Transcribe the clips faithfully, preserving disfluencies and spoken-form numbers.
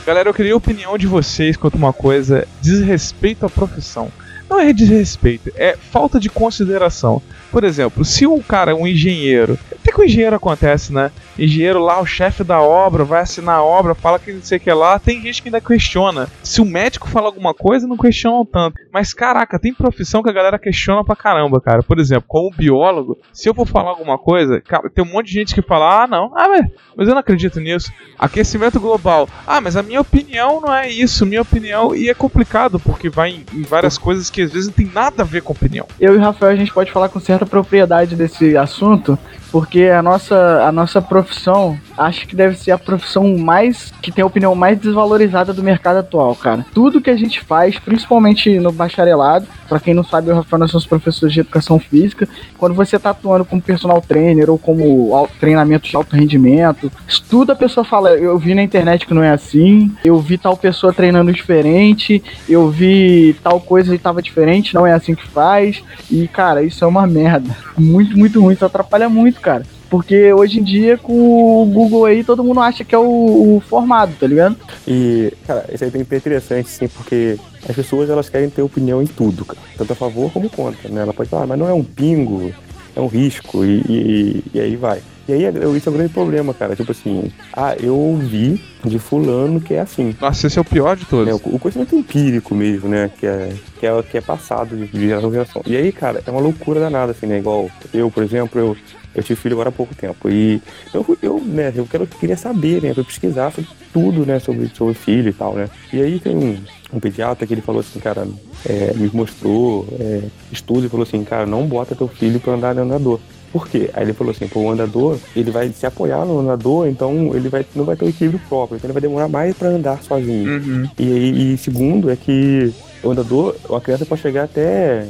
Galera, eu queria a opinião de vocês quanto uma coisa: desrespeito à profissão. Não é desrespeito, é falta de consideração. Por exemplo, se um cara, um engenheiro, até que o engenheiro acontece, né? Engenheiro lá, o chefe da obra, vai assinar a obra, fala que não sei o que lá, tem gente que ainda questiona. Se o médico fala alguma coisa, não questionam tanto. Mas caraca, tem profissão que a galera questiona pra caramba, cara. Por exemplo, como biólogo, se eu for falar alguma coisa, cara, tem um monte de gente que fala, ah não, ah, mas, mas eu não acredito nisso. Aquecimento global, ah, mas a minha opinião não é isso, minha opinião, e é complicado, porque vai em, em várias coisas que às vezes não tem nada a ver com opinião. Eu e o Rafael, a gente pode falar com certa propriedade desse assunto, porque a nossa, a nossa profissão, acho que deve ser a profissão mais, que tem a opinião mais desvalorizada do mercado atual, cara. Tudo que a gente faz, principalmente no bacharelado, pra quem não sabe, eu e o Rafael, nós somos professores de educação física, quando você tá atuando como personal trainer ou como treinamento de alto rendimento, tudo a pessoa fala, eu vi na internet que não é assim, eu vi tal pessoa treinando diferente, eu vi tal coisa e tava diferente, não é assim que faz, e cara, isso é uma merda, muito, muito ruim, isso atrapalha muito, cara. Porque hoje em dia, com o Google aí, todo mundo acha que é o, o formado, tá ligado? E, cara, isso aí é bem interessante, sim, porque as pessoas, elas querem ter opinião em tudo, cara. Tanto a favor como contra, né? Ela pode falar, mas não é um pingo, é um risco, e, e, e aí vai. E aí, isso é um grande problema, cara. Tipo assim, ah, eu ouvi de fulano que é assim. Nossa, esse é o pior de todos. É, o, o conhecimento empírico mesmo, né? Que é, que é, que é passado de, de geração em geração. E aí, cara, é uma loucura danada, assim, né? Igual eu, por exemplo, eu... Eu tive filho agora há pouco tempo e eu, eu, né, eu quero, queria saber, né, eu pesquisar sobre tudo, né, sobre, sobre filho e tal, né. E aí tem um, um pediatra que ele falou assim, cara, é, me mostrou é, estudo e falou assim, cara, não bota teu filho pra andar no andador. Por quê? Aí ele falou assim, pô, o andador, ele vai se apoiar no andador, então ele vai, não vai ter o equilíbrio próprio, então ele vai demorar mais pra andar sozinho. Uhum. E aí, e segundo, é que o andador, a criança pode chegar até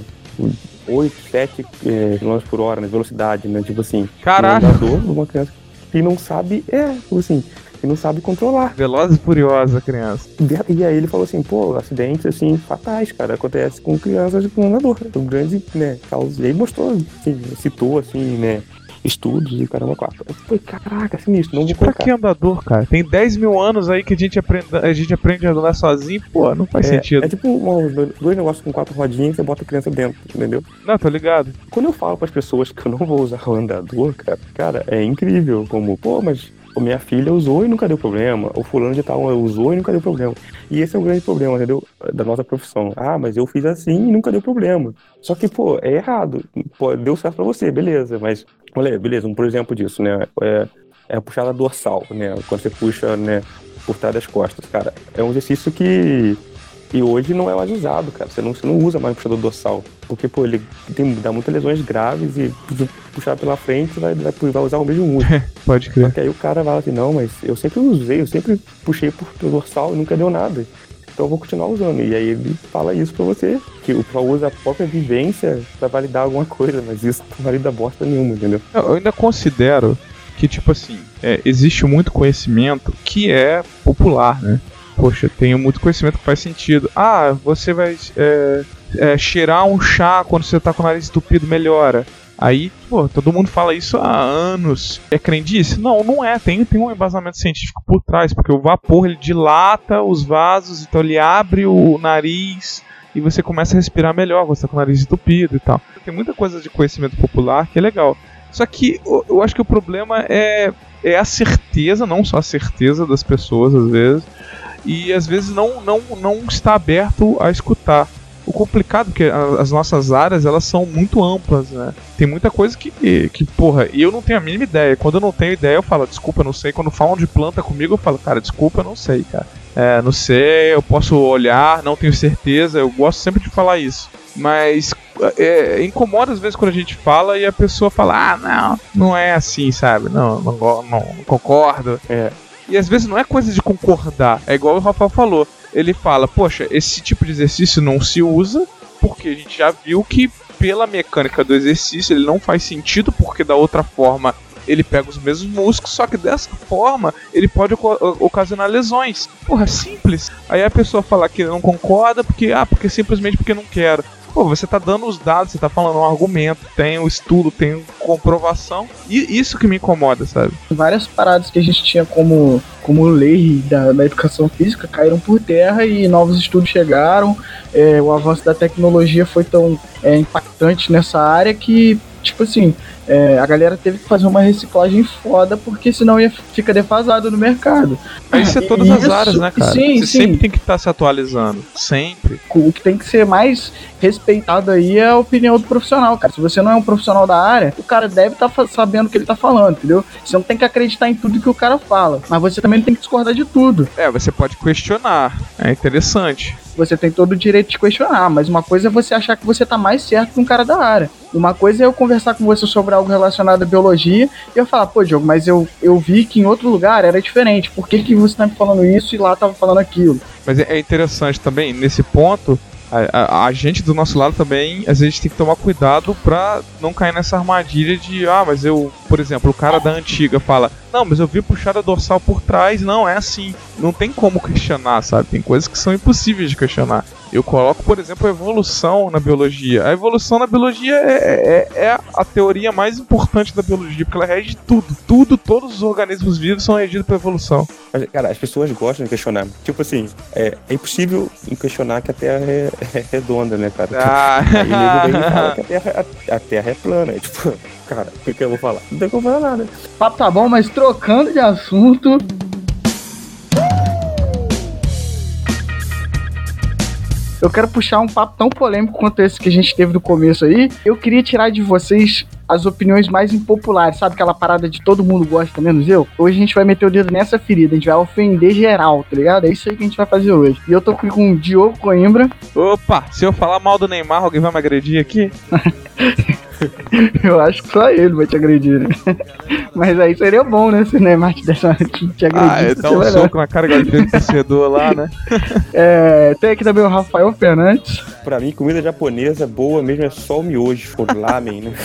oito, sete é, quilômetros por hora, na velocidade, né? Tipo assim, caraca, um andador de uma criança que não sabe, é, tipo assim, que não sabe controlar. Veloz e furiosa a criança. E aí ele falou assim, pô, acidentes, assim, fatais, cara, acontece com crianças com andador. Um grande, né, causa. E aí mostrou, assim, citou, assim, né, estudos e caramba, quatro. Foi, caraca, sinistro, não vou colocar. Pra que andador, cara? Tem dez mil anos aí que a gente aprende a, gente aprende a andar sozinho, pô, não faz é, sentido. É tipo um, dois negócios com quatro rodinhas e você bota a criança dentro, entendeu? Não, tô ligado. Quando eu falo pras pessoas que eu não vou usar o andador, cara, cara, é incrível, como, pô, mas minha filha usou e nunca deu problema, o fulano de tal usou e nunca deu problema. E esse é o grande problema, entendeu? Da nossa profissão. Ah, mas eu fiz assim e nunca deu problema. Só que, pô, é errado. Pô, deu certo pra você, beleza, mas, olha, beleza, um por exemplo disso, né? É, é a puxada dorsal, né? Quando você puxa, né, por trás das costas, cara. É um exercício que... E hoje não é mais usado, cara. Você não, você não usa mais o puxador dorsal. Porque, pô, ele tem, dá muitas lesões graves e puxar pela frente vai, vai, vai usar o mesmo músculo. Pode crer. Só que aí o cara vai assim, não, mas eu sempre usei, eu sempre puxei por dorsal e nunca deu nada. Então eu vou continuar usando. E aí ele fala isso pra você, que o pessoal usa a própria vivência pra validar alguma coisa, mas isso não valida bosta nenhuma, entendeu? Eu ainda considero que, tipo assim, é, existe muito conhecimento que é popular, né? Poxa, tenho muito conhecimento que faz sentido. Ah, você vai é, é, cheirar um chá quando você tá com o nariz entupido, melhora. Aí, pô, todo mundo fala isso há anos. É crendice? Não, não é. Tem, tem um embasamento científico por trás, porque o vapor, ele dilata os vasos, então ele abre o nariz e você começa a respirar melhor quando você tá com o nariz entupido e tal. Tem muita coisa de conhecimento popular que é legal. Só que eu, eu acho que o problema é, é a certeza, não só a certeza das pessoas, às vezes, e às vezes não, não, não está aberto a escutar. O complicado é que as nossas áreas, elas são muito amplas, né? Tem muita coisa que, que, porra, eu não tenho a mínima ideia. Quando eu não tenho ideia, eu falo, desculpa, eu não sei. Quando falam de planta comigo, eu falo, cara, desculpa, eu não sei, cara. É, não sei, eu posso olhar, não tenho certeza. Eu gosto sempre de falar isso. Mas é, incomoda às vezes quando a gente fala e a pessoa fala, ah, não, não é assim, sabe? Não, não, não, não concordo. É. E às vezes não é coisa de concordar, é igual o Rafael falou. Ele fala, poxa, esse tipo de exercício não se usa porque a gente já viu que pela mecânica do exercício ele não faz sentido, porque da outra forma ele pega os mesmos músculos, só que dessa forma ele pode oc- ocasionar lesões. Porra, simples. Aí a pessoa fala que não concorda porque, ah, porque simplesmente porque não quero. Pô, você tá dando os dados, você tá falando um argumento, tem o um estudo, tem comprovação, e isso que me incomoda, sabe? Várias paradas que a gente tinha como como lei da, da educação física, caíram por terra e novos estudos chegaram. É, o avanço da tecnologia foi tão é, impactante nessa área que, tipo assim, é, a galera teve que fazer uma reciclagem foda, porque senão ia ficar defasado no mercado. Isso é todas Isso, as áreas, né, cara? Sim, Você sim. sempre tem que estar se atualizando. Sempre. O que tem que ser mais respeitado aí é a opinião do profissional, cara. Se você não é um profissional da área, o cara deve estar tá sabendo o que ele tá falando, entendeu? Você não tem que acreditar em tudo que o cara fala, mas você também tem que discordar de tudo. É, você pode questionar. É interessante. Você tem todo o direito de questionar, mas uma coisa é você achar que você tá mais certo que um cara da área. Uma coisa é eu conversar com você sobre algo relacionado à biologia e eu falar, pô, Diogo, mas eu, eu vi que em outro lugar era diferente. Por que, que você tá me falando isso e lá tava falando aquilo? Mas é interessante também, nesse ponto, a, a, a gente do nosso lado também, às vezes tem que tomar cuidado pra não cair nessa armadilha de, ah, mas eu, por exemplo, o cara da antiga fala, não, mas eu vi puxada dorsal por trás, não, é assim. Não tem como questionar, sabe? Tem coisas que são impossíveis de questionar. Eu coloco, por exemplo, a evolução na biologia. A evolução na biologia é, é, é a teoria mais importante da biologia, porque ela rege tudo. Tudo, todos os organismos vivos são regidos pela evolução. Mas, cara, as pessoas gostam de questionar. Tipo assim, é, é impossível questionar que a Terra é, é redonda, né, cara? Ah. Aí nego vem e fala que a Terra, a, a terra é plana. É, tipo, cara, o que, que eu vou falar? Não tem como falar nada. O papo tá bom, mas trocando de assunto... Eu quero puxar um papo tão polêmico quanto esse que a gente teve no começo aí. Eu queria tirar de vocês as opiniões mais impopulares, sabe? Aquela parada de todo mundo gosta, menos eu. Hoje a gente vai meter o dedo nessa ferida, a gente vai ofender geral, tá ligado? É isso aí que a gente vai fazer hoje. E eu tô aqui com o Diogo Coimbra. Opa, se eu falar mal do Neymar, alguém vai me agredir aqui? Eu acho que só ele vai te agredir, né? Mas aí seria bom, né? Se o Neymar te, desse uma, te, te agredir. Ah, é, dá um soco na cara igual de torcedor lá, né? É, tem aqui também o Rafael Fernandes. Pra mim, comida japonesa boa mesmo é só o miojo, o lamen, né?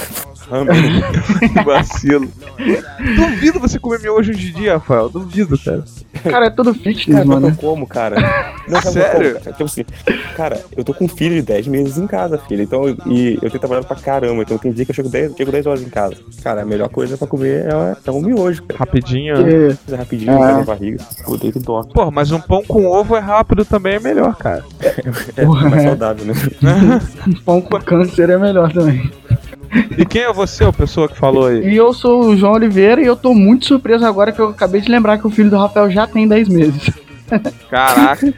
Que vacilo. Duvido você comer miojo hoje em dia, Rafael. Duvido, cara. Cara, é tudo fitness, Cara, mano. eu como, cara. Não, sabe Sério? como, cara? Tipo assim, cara, eu tô com um filho de dez meses em casa, filho. Então, eu- e eu tenho trabalhado pra caramba. Então tem dia que eu chego dez, chego dez horas em casa. Cara, a melhor coisa pra comer é, é um miojo, cara. Rapidinho, né? É, Coisa rapidinho, É. vai na barriga. Eu deito e toco. Pô, mas um pão com ovo é rápido também, é melhor, cara. É mais saudável, né? um pão com câncer é melhor também. E quem é você, a pessoa que falou aí? E eu sou o João Oliveira e eu tô muito surpreso agora que eu acabei de lembrar que o filho do Rafael já tem dez meses. Caraca.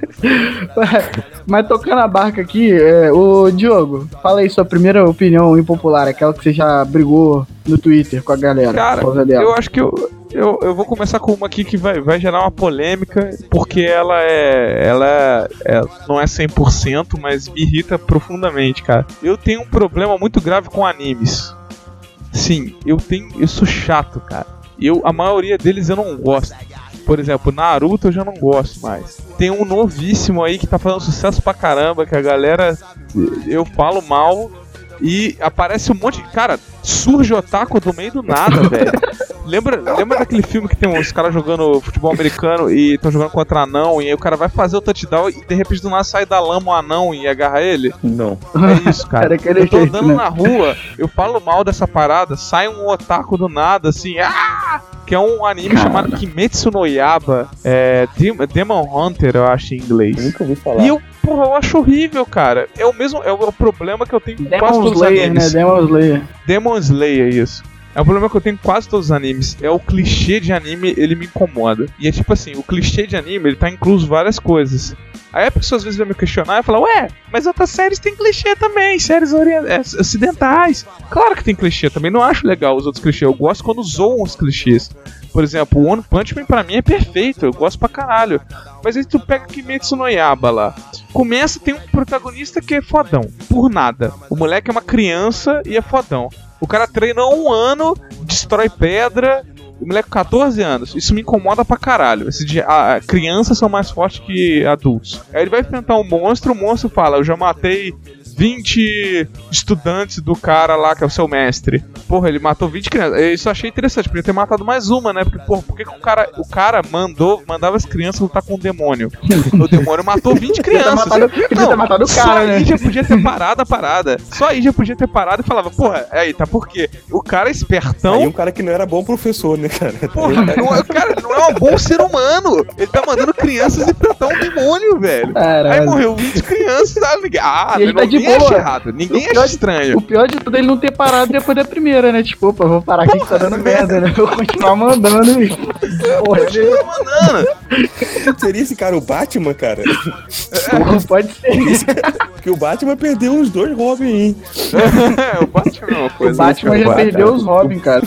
Mas tocando a barca aqui, é, ô Diogo, fala aí sua primeira opinião impopular, aquela que você já brigou no Twitter com a galera. Cara, por causa dela. eu acho que eu, eu, eu vou começar com uma aqui que vai, vai gerar uma polêmica, porque ela é. Ela é, não é cem por cento, mas me irrita profundamente, cara. Eu tenho um problema muito grave com animes. Sim, eu tenho. Eu sou chato, cara. Eu, a maioria deles eu não gosto. Por exemplo, Naruto eu já não gosto mais. Tem um novíssimo aí que tá fazendo sucesso pra caramba, que a galera. Eu falo mal. E aparece um monte de. Cara, surge otaku do meio do nada, velho. Lembra, lembra daquele filme que tem uns caras jogando futebol americano e estão jogando contra anão, e aí o cara vai fazer o touchdown e de repente do nada sai da lama um anão e agarra ele? Não. É isso, cara. Era aquele Eu tô jeito, andando né? na rua, eu falo mal dessa parada, sai um otaku do nada, assim, ah! Que é um anime Cara. chamado Kimetsu no Yaiba, é, Dem- Demon Hunter, eu acho em Eu inglês. nunca ouvi falar. E eu, porra, eu acho horrível, cara. É o mesmo, é o, é o problema que eu tenho com quase Demon todos os Slayer, né? animes. Demon Slayer. Demon Slayer, isso. É um problema que eu tenho com quase todos os animes. É o clichê de anime, ele me incomoda. E é tipo assim, o clichê de anime, ele tá incluso várias coisas. Aí a pessoa às vezes vai me questionar e falar, ué, mas outras séries tem clichê também, séries orient- é, ocidentais. Claro que tem clichê, também não acho legal os outros clichês. Eu gosto quando zoam os clichês. Por exemplo, o One Punch Man pra mim é perfeito, eu gosto pra caralho. Mas aí tu pega Kimetsu no Yaiba lá. Começa, tem um protagonista que é fodão, por nada. O moleque é uma criança e é fodão. O cara treina há um ano, destrói pedra. O moleque com catorze anos. Isso me incomoda pra caralho. Esse dia, a, a crianças são mais fortes que adultos. Aí ele vai enfrentar um monstro, o monstro fala, eu já matei vinte estudantes do cara lá, que é o seu mestre. Porra, ele matou vinte crianças. Isso eu achei interessante, podia ter matado mais uma, né? Porque, porra, por que, que o cara, o cara mandou, mandava as crianças lutar com o demônio? O demônio matou vinte crianças. Podia ter matado, podia Não, ter matado o cara, só né? aí já podia ter parado a parada. Só aí já podia ter parado e falava, porra, aí, tá por quê? O cara é espertão. Aí um cara que não era bom professor, né, cara? Porra, não, é- cara, não é um bom ser humano. Ele tá mandando crianças enfrentar um demônio, velho. Caralho. Aí morreu vinte crianças. Ah, ninguém, ah, E ele não, tá de ninguém boa. acha errado. Ninguém O acha pior de- estranho. O pior de tudo é ele não ter parado depois da primeira, né? Tipo, opa, vou parar aqui que tá dando merda, né? Vou continuar mandando e... Porra, ele... Tá mandando. Seria esse cara o Batman, cara? Não pode ser. Porque o Batman perdeu uns dois Robin, hein? É, o Batman é uma O coisa. Batman né, já cara? perdeu os Robin, cara.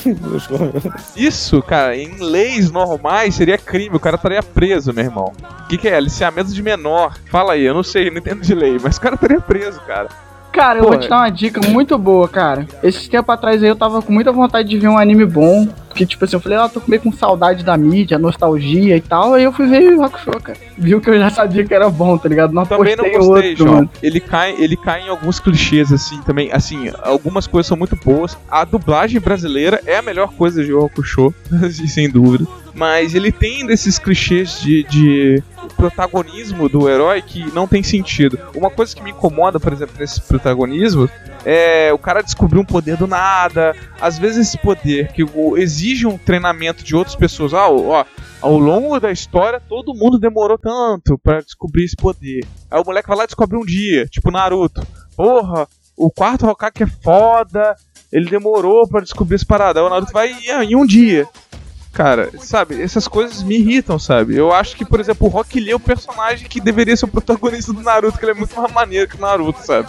Isso, cara, em leis normais seria crime. O cara estaria preso, meu irmão. O que, que é? Aliciamento de menor. Fala aí, eu não sei, eu não entendo de lei, mas o cara estaria preso, cara. Cara, eu Pô, vou te dar uma dica muito boa, cara. Esse tempo atrás aí eu tava com muita vontade de ver um anime bom. Porque, tipo assim, eu falei, ah, tô meio com saudade da mídia, nostalgia e tal. Aí eu fui ver Yu Hakusho, cara. Viu que eu já sabia que era bom, tá ligado? Não Também não postei gostei, outro, João. mano. Ele cai, ele cai em alguns clichês, assim, também. Assim, algumas coisas são muito boas. A dublagem brasileira é a melhor coisa de Yu Hakusho, sem dúvida. Mas ele tem desses clichês de, de protagonismo do herói que não tem sentido. Uma coisa que me incomoda, por exemplo, nesse protagonismo é o cara descobrir um poder do nada. Às vezes esse poder que o- exige um treinamento de outras pessoas. Ah, ó, ao longo da história todo mundo demorou tanto pra descobrir esse poder. Aí o moleque vai lá e descobre um dia, tipo Naruto. Porra, o quarto Hokage é foda, ele demorou pra descobrir essa parada. Aí o Naruto vai em, em um dia. Cara, sabe, essas coisas me irritam, sabe? Eu acho que, por exemplo, o Rock Lee é o personagem que deveria ser o protagonista do Naruto, que ele é muito mais maneiro que o Naruto, sabe?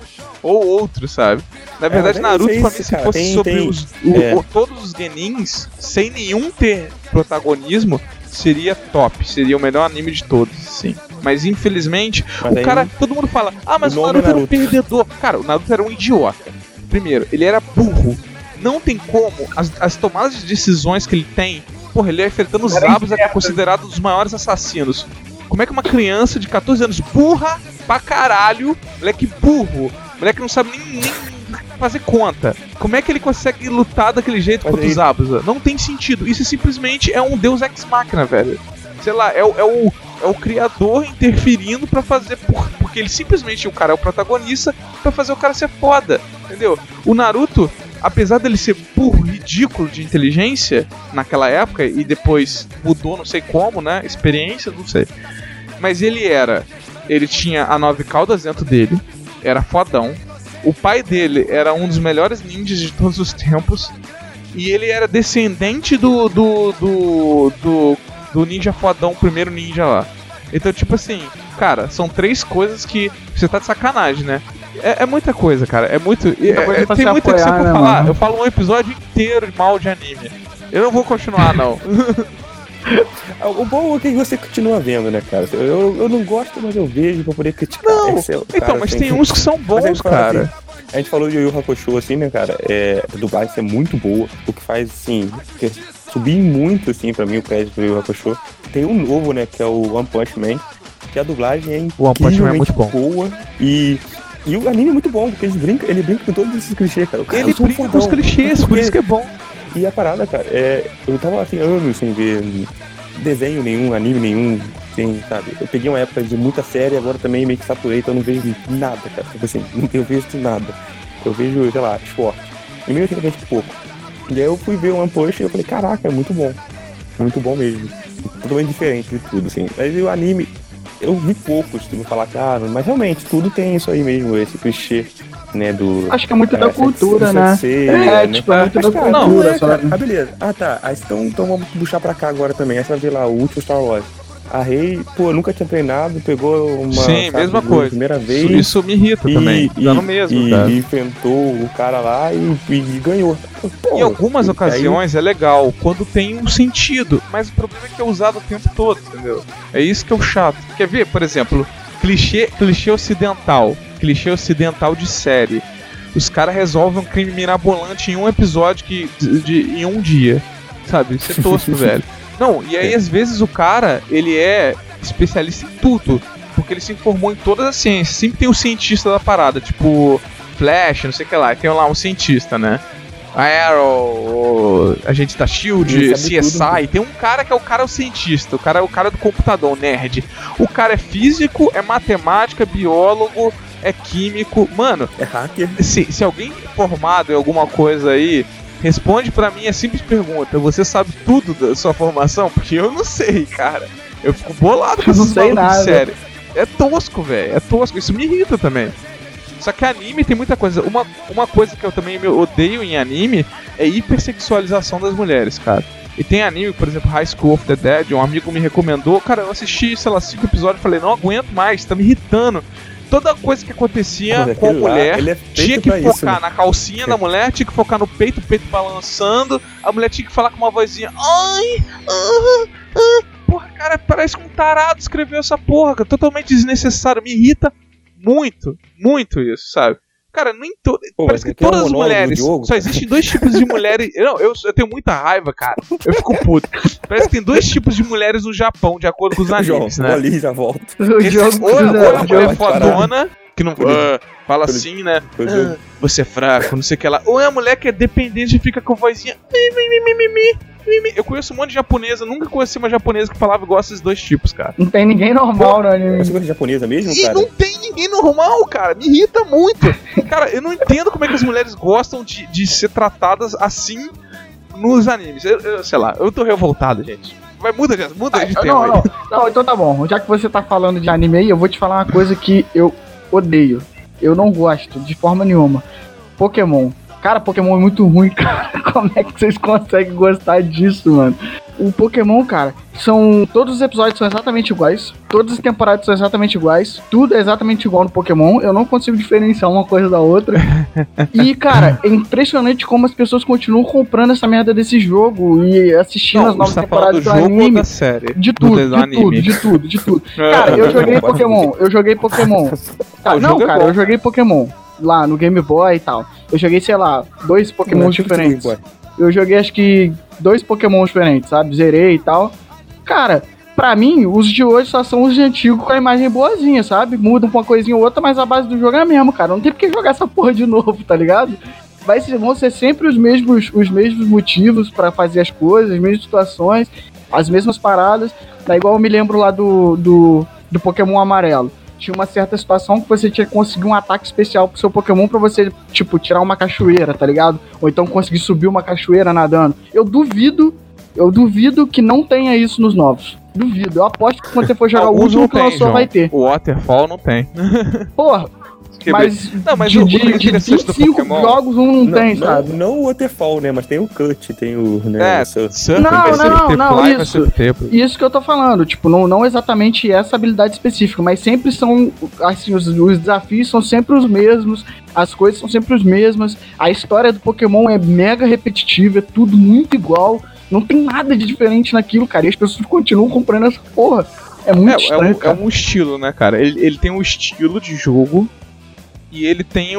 Ou outro, sabe? Na verdade, É, Naruto, sei pra se, mim, se cara, fosse tem- sobre tem- os, o- é. o- todos os genins, sem nenhum ter protagonismo, seria top, seria o melhor anime de todos, sim. Mas infelizmente, Mas o aí- cara, todo mundo fala, ah, mas o o, nome Naruto é era um Naruto. perdedor. Cara, o Naruto era um idiota. Primeiro, ele era burro. Não tem como, as, as tomadas de decisões que ele tem, porra, ele é enfrentando os Era Zabos, é incerto. considerado um dos maiores assassinos. Como é que uma criança de catorze anos, burra pra caralho, moleque burro, moleque não sabe nem, nem fazer conta, como é que ele consegue lutar daquele jeito Mas contra aí- os Zabos? Não tem sentido, isso simplesmente é um deus ex-máquina, velho. Sei lá, é o, é o, é o criador interferindo pra fazer, por, porque ele simplesmente, o cara é o protagonista, pra fazer o cara ser foda, entendeu? O Naruto, apesar dele ser burro, ridículo de inteligência naquela época, e depois mudou não sei como, né, experiência, não sei, mas ele era, ele tinha a nove caudas dentro dele, era fodão, o pai dele era um dos melhores ninjas de todos os tempos, e ele era descendente do, do, do, do, do ninja fodão, o primeiro ninja lá. Então, tipo assim, cara, são três coisas que você tá de sacanagem, né? É, é muita coisa, cara. É muito. É, coisa é, pra tem se muita coisa apoiar, pra né, falar. mano? Eu falo um episódio inteiro de mal de anime. Eu não vou continuar, não. O bom é que você continua vendo, né, cara? Eu, eu não gosto, mas eu vejo pra poder criticar. Não, Esse é o então, cara, mas assim, tem que- uns que são Mas bons, aí, fala cara. assim, a gente falou de Yu Yu Hakusho, assim, né, cara? É, a dublagem é muito boa, o que faz, assim, que subir muito, assim, pra mim, o crédito do Yu Yu Hakusho. Tem um novo, né, que é o One Punch Man, que a dublagem é O One Punch Man é incrivelmente muito bom. boa e... E o anime é muito bom, porque eles brincam, ele brinca com todos esses clichês, cara. O cara, Ele eu sou um brinca com os fodão. clichês, por Porque- isso que é bom. E a parada, cara, é, eu tava assim, anos sem ver desenho nenhum, anime nenhum, sem, sabe? Eu peguei uma época de muita série, agora também meio que saturei, então eu não vejo nada, cara. Tipo assim, não tenho visto nada. Eu vejo, sei lá, esporte. E mesmo assim eu vejo pouco. E aí eu fui ver One Punch e eu falei, caraca, é muito bom. Muito bom mesmo. Totalmente diferente de tudo, assim. Mas o anime, eu vi poucos, tipo, falar, cara, mas realmente, tudo tem isso aí mesmo, esse clichê, né, do... Acho que é muito da É, cultura, Sensei, né? Sensei, É, né? tipo, é muito Mas, da cara, não, cultura, é, cara. sabe? Ah, beleza. Ah, tá. Ah, então, então vamos puxar pra cá agora também. Aí você vai ver lá o último Star Wars. A Rey, pô, nunca tinha treinado, pegou uma... Sim, sabe, mesma de coisa. Primeira Isso, vez. isso me irrita também. E, Dá no e- mesmo, e, cara. e enfrentou o cara lá e, e- e ganhou. Pô, Em algumas aí- ocasiões é legal, quando tem um sentido, mas o problema é que é usado o tempo todo, entendeu? É isso que é o chato. Quer ver, por exemplo, clichê, clichê ocidental, clichê ocidental de série. Os caras resolvem um crime mirabolante em um episódio que, de, de- em um dia, sabe? Isso é tosco, velho. Não, e aí às vezes o cara, ele é especialista em tudo. porque ele se informou em todas as ciências. Sempre tem um cientista da parada, tipo Flash, não sei o que lá. E tem lá um cientista, né? A Arrow, a gente da Shield, C S I. Tem um cara que é o cara o cientista, o cara é o cara do computador, o nerd. O cara é físico, é matemática, é biólogo, é químico. Mano, é hacker. Se, se alguém formado em alguma coisa aí, responde pra mim a simples pergunta: você sabe tudo da sua formação? Porque eu não sei, cara. Eu fico bolado com esses malucos, sério. É tosco, velho, é tosco. Isso me irrita também. Só que anime tem muita coisa. Uma, uma coisa que eu também odeio em anime é hipersexualização das mulheres, cara. E tem anime, por exemplo, High School of the Dead, um amigo me recomendou. Cara, eu assisti, sei lá, cinco episódios e falei, não aguento mais, tá me irritando. Toda coisa que acontecia Mas com a mulher lá, é tinha que focar isso, né? na calcinha da mulher, tinha que focar no peito, o peito balançando. A mulher tinha que falar com uma vozinha. Ai, ah, ah. Porra, cara, parece que um tarado escreveu essa porra, cara, totalmente desnecessário, me irrita muito, muito isso, sabe? Cara, nem to... Pô, parece que todas as mulheres, só existem dois tipos de mulheres. Não, eu, eu tenho muita raiva, cara. Eu fico puto. Parece que tem dois tipos de mulheres no Japão, de acordo com os animes, né? Ali já volto. Esse, ou, ou é a mulher fodona, que não uh, fala assim, né? Ah, você é fraco, não sei o que lá. Ou é a mulher que é dependente e fica com vozinha. Eu conheço um monte de japonesa, nunca conheci uma japonesa que falava igual a esses dois tipos, cara. Não tem ninguém normal no anime. Você gosta de japonesa mesmo, e cara? Não tem ninguém normal, cara. Me irrita muito. Cara, eu não entendo como é que as mulheres gostam de, de ser tratadas assim nos animes. Eu, eu, sei lá, eu tô revoltado, gente. Vai, muda, muda ah, de tema não, aí. Não, não, então tá bom. Já que você tá falando de anime aí, eu vou te falar uma coisa que eu odeio. Eu não gosto, de forma nenhuma. Pokémon. Cara, Pokémon é muito ruim, cara. Como é que vocês conseguem gostar disso, mano? O Pokémon, cara, são... Todos os episódios são exatamente iguais. Todas as temporadas são exatamente iguais. Tudo é exatamente igual no Pokémon. Eu não consigo diferenciar uma coisa da outra. E, cara, é impressionante como as pessoas continuam comprando essa merda desse jogo e assistindo não, as novas tá temporadas do, do anime. Da série, de tudo, de anime. tudo, de tudo, de tudo. Cara, eu joguei Pokémon. Eu joguei Pokémon. Tá, não, cara, eu joguei Pokémon. Lá no Game Boy e tal. Eu joguei, sei lá, dois Pokémon diferentes. Eu joguei acho que dois Pokémon diferentes, sabe? Zerei e tal. Cara, pra mim, os de hoje só são os de antigo com a imagem boazinha, sabe? Mudam uma coisinha ou outra, mas a base do jogo é a mesma, cara. Não tem porque jogar essa porra de novo, tá ligado? Vai ser, vão ser sempre os mesmos, os mesmos motivos pra fazer as coisas, as mesmas situações, as mesmas paradas. É igual eu me lembro lá do, do, do Pokémon amarelo. Tinha uma certa situação que você tinha que conseguir um ataque especial pro seu Pokémon pra você, tipo, tirar uma cachoeira, tá ligado? Ou então conseguir subir uma cachoeira nadando. Eu duvido, eu duvido que não tenha isso nos novos. Duvido. Eu aposto que quando você for jogar o último que lançou, vai ter. O Waterfall não tem. Porra. Mas, não, mas de, o, de, o de vinte e cinco jogos um não, não tem, não, sabe? Não o Waterfall, né? Mas tem o Cut, tem o... Né, é, surf, não, não, não, não, isso. Isso que eu tô falando. Tipo, não, não exatamente essa habilidade específica, mas sempre são... Assim, os, os desafios são sempre os mesmos, as coisas são sempre as mesmas, a história do Pokémon é mega repetitiva, é tudo muito igual, não tem nada de diferente naquilo, cara, e as pessoas continuam comprando essa porra. É muito é, estranho, é um, cara. É um estilo, né, cara? Ele, ele tem um estilo de jogo... E ele tem o,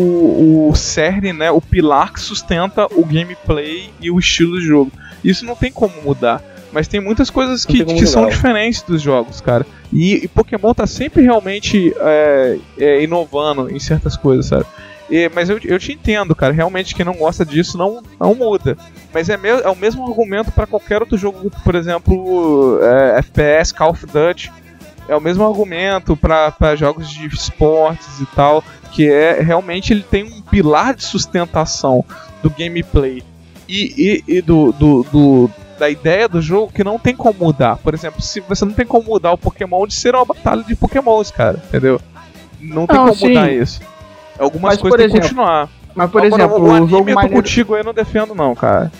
o, o cerne, né, o pilar que sustenta o gameplay e o estilo de jogo. Isso não tem como mudar. Mas tem muitas coisas que, que são diferentes dos jogos, cara. E, e Pokémon tá sempre realmente é, é, inovando em certas coisas, sabe? E, mas eu, eu te entendo, cara. Realmente quem não gosta disso não, não muda. Mas é, me, é o mesmo argumento para qualquer outro jogo. Por exemplo, é, F P S, Call of Duty. É o mesmo argumento para jogos de esportes e tal, que é realmente ele tem um pilar de sustentação do gameplay e, e, e do, do, do, da ideia do jogo que não tem como mudar. Por exemplo, se você não tem como mudar o Pokémon de ser uma batalha de Pokémons, cara, entendeu? Não tem não, como sim. mudar isso. Algumas mas, coisas tem que continuar. Mas por Agora, exemplo, o, o o jogo anime maneiro... contigo eu não defendo não, cara.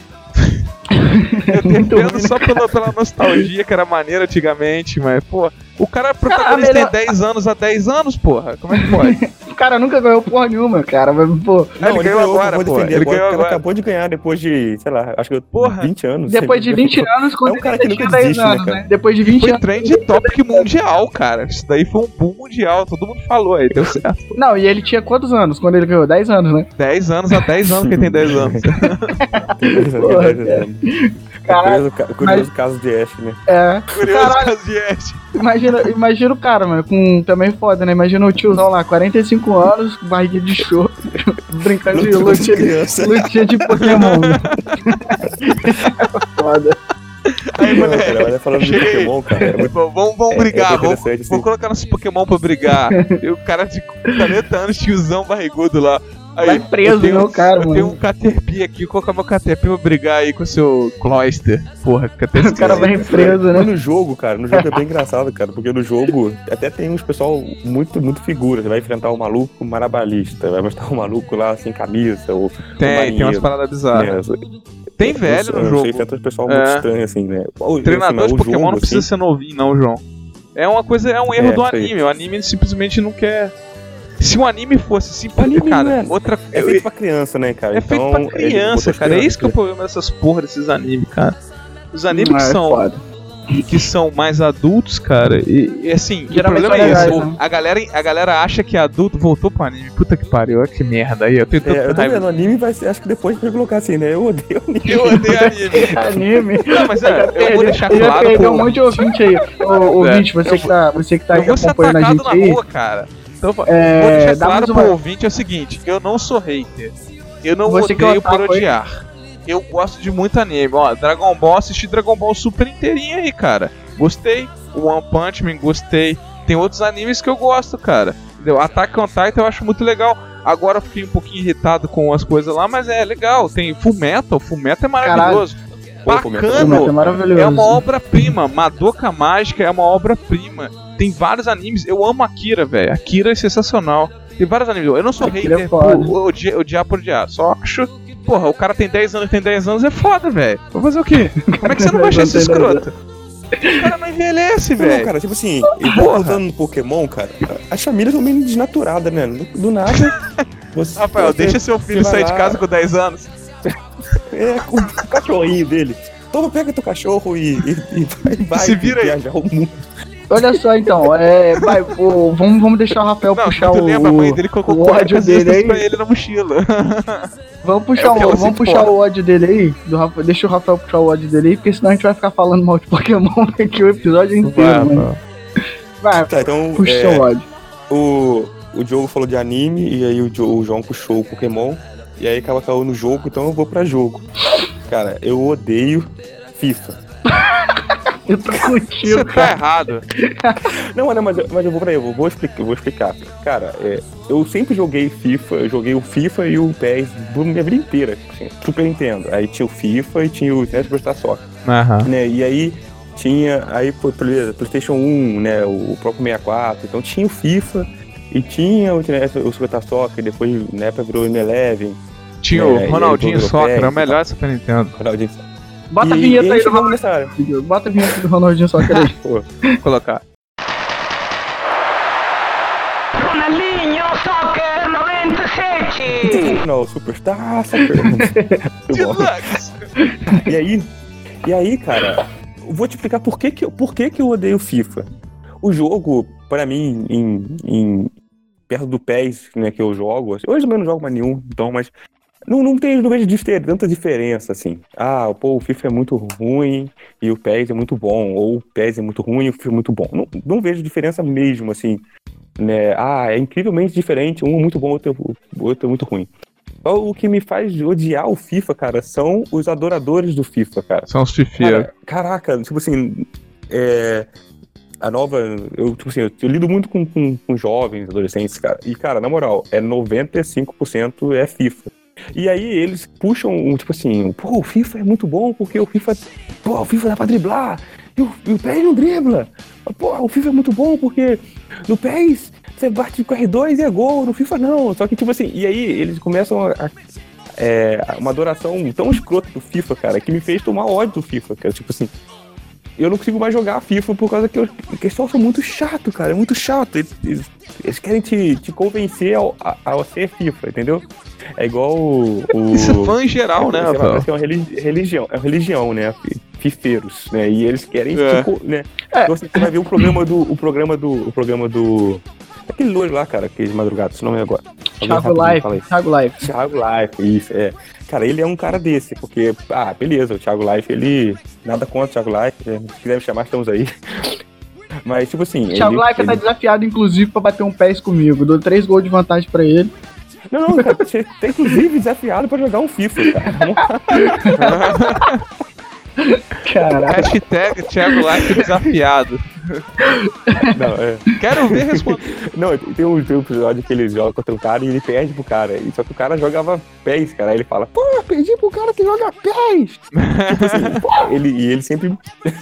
Eu defendo só pela, pela nostalgia que era maneiro antigamente, mas, pô, o cara protagonista melhor... tem dez anos há dez anos, porra, como é que pode? O cara nunca ganhou porra nenhuma, cara, mas, pô... Não, ele, ele ganhou agora, pô, ele agora, ganhou agora. agora. Acabou de ganhar depois de, sei lá, acho que porra. vinte anos. Depois de vinte anos, quando é um cara que nunca dez desiste, anos, né, cara? né? Depois de vinte foi anos... Foi trend topic mundial, cara, isso daí foi um boom mundial, todo mundo falou aí, deu certo. Não, e ele tinha quantos anos quando ele ganhou? dez anos, né? dez anos há dez anos, quem tem dez anos. Porra, cara. Curioso, curioso mas... caso de Ash, né? É. Curioso Caralho. caso de Ash. Imagina, imagina o cara, mano, com também foda, né? Imagina o tiozão lá, quarenta e cinco anos, barriga de show, brincando de lutinha de, lutinha de Pokémon. Foda. Aí, moleque, cara, falando de Pokémon, cara. É muito... Vamos, vamos brigar, é, é vamos, assim. vamos colocar nossos Pokémon pra brigar. E o cara de quarenta anos, tiozão barrigudo lá. Aí, vai preso, tenho, meu cara, eu mano. Eu tenho um Caterpie aqui, vou colocar meu Caterpie pra brigar aí com o seu Cloyster. Porra, Caterpie. O cara vai preso, né? Mas no jogo, cara, no jogo é bem engraçado, cara, porque no jogo até tem uns pessoal muito, muito figura. Você vai enfrentar o maluco marabalista, vai mostrar o maluco lá sem camisa, ou tem, tem umas paradas bizarras. Né? Tem velho no jogo. Você enfrenta um pessoal muito é. estranho, assim, né? O treinador assim, de Pokémon jogo, não precisa assim... ser novinho, não, João. É uma coisa, é um erro é, do anime. Sei. O anime simplesmente não quer... Se um anime fosse simples, cara, é, outra é feito pra criança, né, cara? É então, feito pra criança, cara. É isso que é o problema dessas porra desses animes, cara. Os animes ah, que são é que são mais adultos, cara, e, e assim, o problema é esse. Né? A galera, a galera acha que é adulto voltou pro anime. Puta que pariu, que merda aí. Eu tenho é, eu tô vendo, anime vai ser, acho que depois vai colocar assim, né? Eu odeio anime. Eu odeio anime. anime. Não, mas é, eu, eu vou deixar claro. Tem um monte de ouvinte aí. Ô, ouvinte, você, que tá, você que tá aí acompanhando a gente aí. Rua, cara. Então, é, vou deixar claro pro uma... ouvinte é o seguinte, eu não sou hater. Eu não você odeio por odiar. Eu gosto de muito anime. Ó, Dragon Ball, assisti Dragon Ball Super inteirinho aí, cara. Gostei. O One Punch Man, gostei. Tem outros animes que eu gosto, cara. Entendeu? Attack on Titan eu acho muito legal. Agora eu fiquei um pouquinho irritado com as coisas lá, mas é legal. Tem Full Metal, Full Metal é maravilhoso. Bacano, é, é uma obra-prima. Madoka Mágica é uma obra-prima. Tem vários animes. Eu amo Akira, velho. Akira é sensacional. Tem vários animes. Eu não sou Akira hater é por odiar, odiar por odiar. Só acho. Porra, o cara tem dez anos, tem dez anos, é foda, velho. Vou fazer o quê? Como é que você não vai achar esse escroto? O cara não envelhece, velho. Não, cara, tipo assim, voltando no Pokémon, cara, as famílias são meio desnaturadas, né? Do, do nada. Você, Rafael, você, deixa seu filho sair lá... de casa com dez anos. É, com o cachorrinho dele. Toma, pega teu cachorro e, e, e vai se vira viajar o mundo. Olha só, então, é, vai, o, vamos, vamos deixar o Rafael não, puxar o, lembra, a mãe dele colocou o ódio dele aí. Pra ele na mochila. Vamos puxar, é o, vamos puxar o ódio dele aí, do Rafael, deixa o Rafael puxar o ódio dele aí, porque senão a gente vai ficar falando mal de Pokémon aqui o episódio inteiro, vai, mano. Vai, tá, então, puxa é, seu ódio. O, o Diogo falou de anime, e aí o, o João puxou o Pokémon, e aí acaba caindo no jogo, então eu vou pra jogo. Cara, eu odeio FIFA. Eu tô contigo, Você tá errado. Não, não, mas, mas eu vou pra aí, eu vou explicar, eu vou explicar. Cara, é, eu sempre joguei FIFA, eu joguei o FIFA e o P E S por minha vida inteira, assim, Super Nintendo. Aí tinha o FIFA e tinha o né, Superstar Soccer. Uhum. Né, e aí tinha, aí pô, PlayStation um, né, o próprio sessenta e quatro, então tinha o FIFA e tinha o, né, o Superstar Soccer, depois na época virou M onze. Tinha né, o Ronaldinho Soccer, era o melhor Super Nintendo. Ronaldinho Soccer. Bota e, a vinheta aí do Ronaldinho. Bota a vinheta do Ronaldinho Soccer aí. Vou colocar. Ronaldinho Soccer noventa e sete. Não, Superstar Soccer. E aí, e aí, cara, eu vou te explicar por que que, por que que eu odeio FIFA. O jogo, pra mim, em, em, perto do P E S, né, que eu jogo, assim, hoje eu não jogo mais nenhum, então, mas Não, não tem não vejo difer- tanta diferença, assim. Ah, pô, o FIFA é muito ruim e o P E S é muito bom. Ou o P E S é muito ruim e o FIFA é muito bom. Não, não vejo diferença mesmo, assim. Né? Ah, é incrivelmente diferente. Um é muito bom, o outro, o outro é muito ruim. O que me faz odiar o FIFA, cara, são os adoradores do FIFA, cara. São os fifeiros. Caraca, tipo assim, é... A nova, eu, tipo assim, eu, eu lido muito com, com, com jovens, adolescentes, cara. E, cara, na moral, é noventa e cinco por cento é FIFA. E aí eles puxam, tipo assim, pô, o FIFA é muito bom porque o FIFA, pô, o FIFA dá pra driblar, e o, e o P E S não dribla. Pô, o FIFA é muito bom porque no P E S você bate com R dois e é gol, no FIFA não. Só que, tipo assim, e aí eles começam a, a é, uma adoração tão escrota do FIFA, cara, que me fez tomar ódio do FIFA, cara, tipo assim. Eu não consigo mais jogar FIFA por causa que eu, o pessoal são muito chato, cara, é muito chato. Eles, eles, eles querem te, te convencer ao, a, ao ser FIFA, entendeu? É igual o... o Isso é fã em geral, é, né, Rafael? Parece que é uma religião, é uma religião, né? Fifeiros, né? E eles querem, é. tipo, né? É. Então você vai ver o programa do... O programa do... O programa do... Aquele loiro lá, cara, aquele de madrugada, se não é agora. Thiago Life, Thiago Life. Thiago Life, isso, é. cara, ele é um cara desse, porque, ah, beleza, o Thiago Life, ele... Nada contra o Thiago Life, se quiser me chamar, estamos aí. Mas, tipo assim... O Thiago ele, Life ele... tá desafiado, inclusive, pra bater um pés comigo. Dou três gols de vantagem pra ele. Não, não, cara, você tá inclusive desafiado pra jogar um FIFA, cara. Caraca. Hashtag Thiago Life desafiado. Não, é. Quero ver responder. Não, tem um, tem um episódio que ele joga contra um cara e ele perde pro cara. E só que o cara jogava pés, cara. Aí ele fala, pô, perdi pro cara que joga pés. Tipo assim, pô, ele, e ele sempre...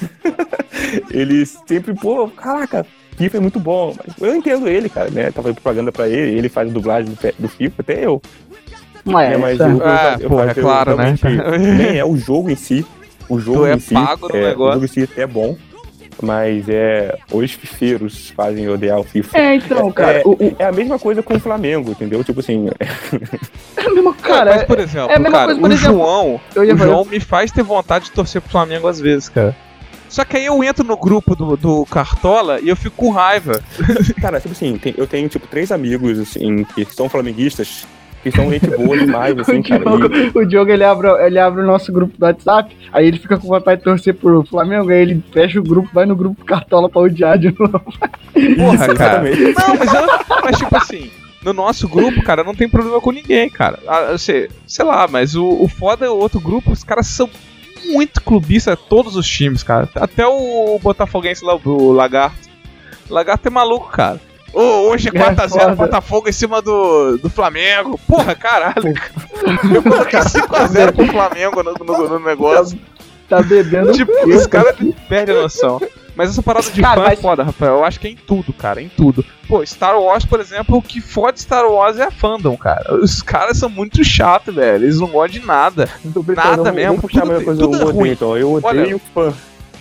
ele sempre, pô, caraca, FIFA é muito bom. Mas eu entendo ele, cara, né? Tava propaganda pra ele, ele faz dublagem do, do FIFA, até eu. Não é, é mas é. eu, eu, Ah, eu, pô, eu, é claro, né? Nem é o jogo em si. O jogo Tu é em si, pago no é, negócio. o jogo em si é bom, mas é os fifeiros fazem odiar o FIFA. É, então, cara. É, o, o... é a mesma coisa com o Flamengo, entendeu? Tipo assim... É a mesma, cara. É, mas, por exemplo, é a mesma cara, coisa, por o exemplo, João, eu ia o falar- João me faz ter vontade de torcer pro Flamengo às vezes, cara. Só que aí eu entro no grupo do, do Cartola e eu fico com raiva. Cara, tipo assim, tem- eu tenho tipo três amigos assim, que são flamenguistas, que são gente boa demais, assim, O cara. Diogo, E- o Diogo ele, abre, ele abre o nosso grupo do WhatsApp, aí ele fica com vontade de torcer pro Flamengo, aí ele fecha o grupo, vai no grupo Cartola pra odiar de novo. Porra, Isso, cara. exatamente. Não, mas, eu, mas tipo assim, no nosso grupo, cara, não tem problema com ninguém, cara. Ah, eu sei, sei lá, mas o, o foda é o outro grupo, os caras são muito clubistas, todos os times, cara. Até o botafoguense lá, o Lagarto. O Lagarto é maluco, cara. Ô, hoje é quatro a zero foda. Botafogo em cima do, do Flamengo. Porra, caralho. Eu coloquei cinco a zero pro Flamengo no, no, no negócio. Tá bebendo. Tipo, eu, os caras perdem a noção. Mas essa parada de Cara, fã é mas- foda, Rafael. Eu acho que é em tudo, cara. Em tudo. Pô, Star Wars, por exemplo, o que fode Star Wars é a fandom, cara. Os caras são muito chatos, velho. Eles não gostam de nada. Tô brincando, Nada eu- mesmo, Vou puxar tudo- a mesma coisa, tudo eu é odeio, ruim. então. Eu Olha- odeio fã.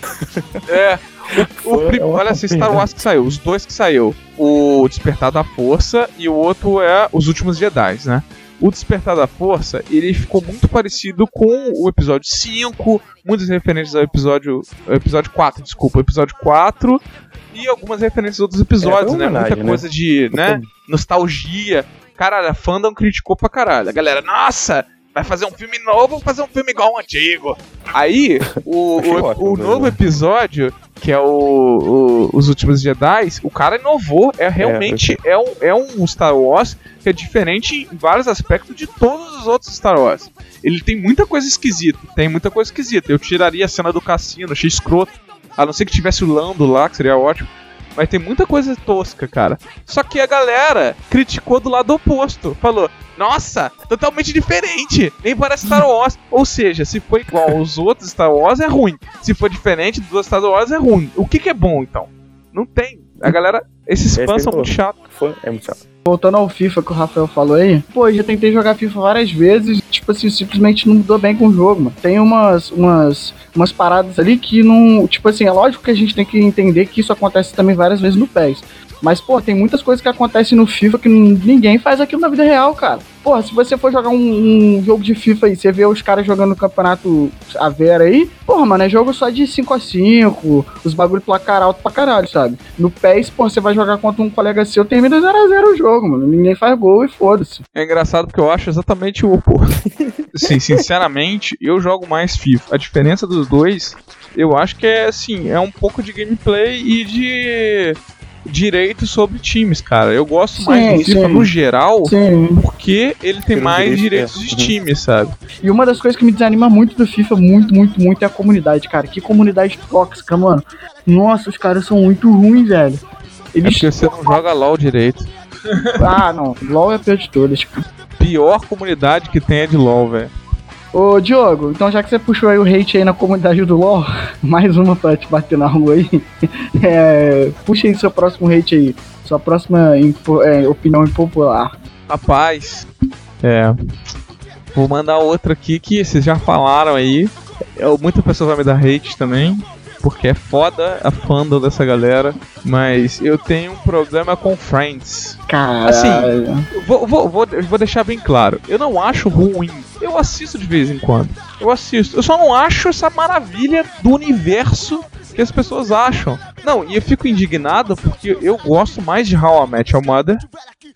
É. O, o Fã prim- é uma olha esse Star merda. Wars que saiu. Os dois que saiu. O Despertar da Força e o outro é Os Últimos Jedi, né? O Despertar da Força, ele ficou muito parecido com o episódio cinco, muitas referências ao episódio, ao episódio quatro, desculpa, o episódio quatro e algumas referências a outros episódios, É, foi né? uma Muita homenagem, coisa de, né, nostalgia. Caralho, a fandom criticou pra caralho. A galera, nossa, vai fazer um filme novo ou fazer um filme igual ao antigo? Aí, o, Achei o, ótimo, o né? novo episódio, que é o, o- Os Últimos Jedi, o cara inovou, é realmente é, um, é um Star Wars que é diferente em vários aspectos de todos os outros Star Wars. Ele tem muita coisa esquisita, tem muita coisa esquisita. Eu tiraria a cena do cassino, achei escroto. A não ser que tivesse o Lando lá, que seria ótimo. Mas tem muita coisa tosca, cara. Só que a galera criticou do lado oposto. Falou, nossa, totalmente diferente. Nem parece Star Wars. Ou seja, se for igual aos outros Star Wars, é ruim. Se for diferente dos outros Star Wars, é ruim. O que que é bom, então? Não tem. A galera... Esses Esse fãs que são ele muito chatos. Fã é muito chato. Voltando ao FIFA que o Rafael falou aí, pô, eu já tentei jogar FIFA várias vezes, tipo assim, simplesmente não mudou bem com o jogo, mano. Tem umas, umas, umas paradas ali que não, tipo assim, é lógico que a gente tem que entender que isso acontece também várias vezes no P E S. Mas, pô, tem muitas coisas que acontecem no FIFA que n- ninguém faz aquilo na vida real, cara. Porra, se você for jogar um, um jogo de FIFA aí, você vê os caras jogando no campeonato a Vera aí, porra, mano, é jogo só de cinco a cinco, os bagulho placar alto pra caralho, sabe? No P E S, porra, você vai jogar contra um colega seu, termina zero a zero o jogo, mano. Ninguém faz gol e foda-se. É engraçado porque eu acho exatamente o oposto. Sim, sinceramente, eu jogo mais FIFA. A diferença dos dois, eu acho que é assim, é um pouco de gameplay e de direito sobre times, cara. Eu gosto mais Sim, do FIFA sim. no geral Sim. porque ele tem Pelos mais direitos, direitos é. de times, sabe? E uma das coisas que me desanima muito do FIFA, muito, muito, muito, é a comunidade, cara. Que comunidade tóxica, mano. Nossa, os caras são muito ruins, velho. É Eles... porque você não joga LoL direito. Ah, não. LOL é a pior de todas, cara. Pior comunidade que tem é de LoL, velho. Ô, Diogo, então já que você puxou aí o hate aí na comunidade do LoL, mais uma pra te bater na rua aí. É, puxa aí seu próximo hate aí. Sua próxima impo- é, opinião impopular. Rapaz, é. Vou mandar outra aqui que vocês já falaram aí. Eu, muita pessoa vai me dar hate também, porque é foda a fandom dessa galera. Mas eu tenho um problema com Friends. Caralho. Assim, Eu Vou, vou, vou, vou deixar bem claro. Eu não acho ruim. Eu assisto de vez em quando. Eu assisto. Eu só não acho essa maravilha do universo que as pessoas acham. Não, e eu fico indignado porque eu gosto mais de How I Met Your Mother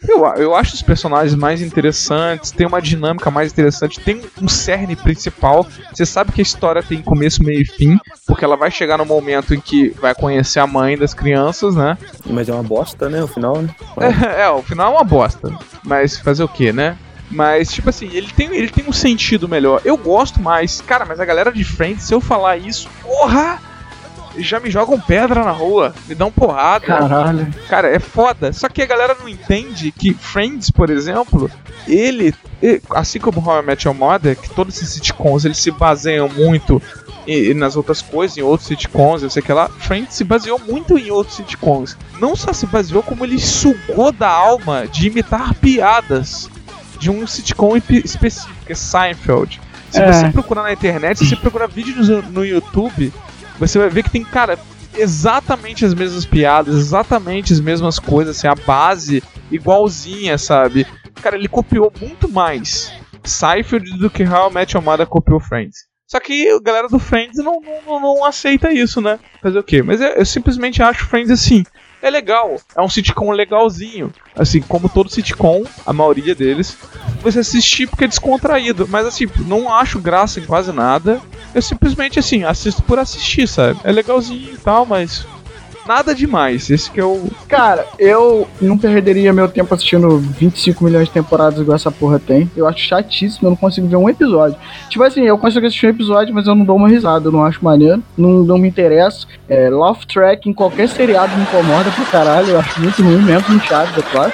Eu, eu acho os personagens mais interessantes, tem uma dinâmica mais interessante, tem um cerne principal. Você sabe que a história tem começo, meio e fim, porque ela vai chegar no momento em que vai conhecer a mãe das crianças, né? Mas é uma bosta, né? O final, né? É, é, o final é uma bosta. Mas fazer o quê, né? Mas, tipo assim, ele tem, ele tem um sentido melhor. Eu gosto mais. Cara, mas a galera de Friends, se eu falar isso, porra! Já me jogam pedra na rua, me dão porrada. Caralho. Cara, é foda. Só que a galera não entende que Friends, por exemplo, ele, assim como How I Met Your Mother, que todos esses sitcoms, eles se baseiam muito e, nas outras coisas, em outros sitcoms, eu sei que lá, Friends se baseou muito em outros sitcoms. Não só se baseou, como ele sugou da alma de imitar piadas de um sitcom específico, que é Seinfeld. Se É. você procurar na internet, se você procurar vídeos no, no YouTube, você vai ver que tem, cara, exatamente as mesmas piadas, exatamente as mesmas coisas, assim, a base igualzinha, sabe? Cara, ele copiou muito mais Seinfeld do que How I Met Your Mother copiou Friends. Só que a galera do Friends não, não, não aceita isso, né? Fazer o quê? Mas eu, eu simplesmente acho Friends assim. É legal, é um sitcom legalzinho. Assim, como todo sitcom, a maioria deles, você assistir porque é descontraído. Mas assim, não acho graça em quase nada. Eu simplesmente, assim, assisto por assistir, sabe? É legalzinho e tal, mas nada demais. Esse que é o... Cara, eu não perderia meu tempo assistindo vinte e cinco milhões de temporadas igual essa porra tem. Eu acho chatíssimo, eu não consigo ver um episódio. Tipo assim, eu consigo assistir um episódio, mas eu não dou uma risada, eu não acho maneiro, não, não me interessa. É, Love Track em qualquer seriado me incomoda pra caralho, eu acho muito ruim, mesmo no Chaves, é claro.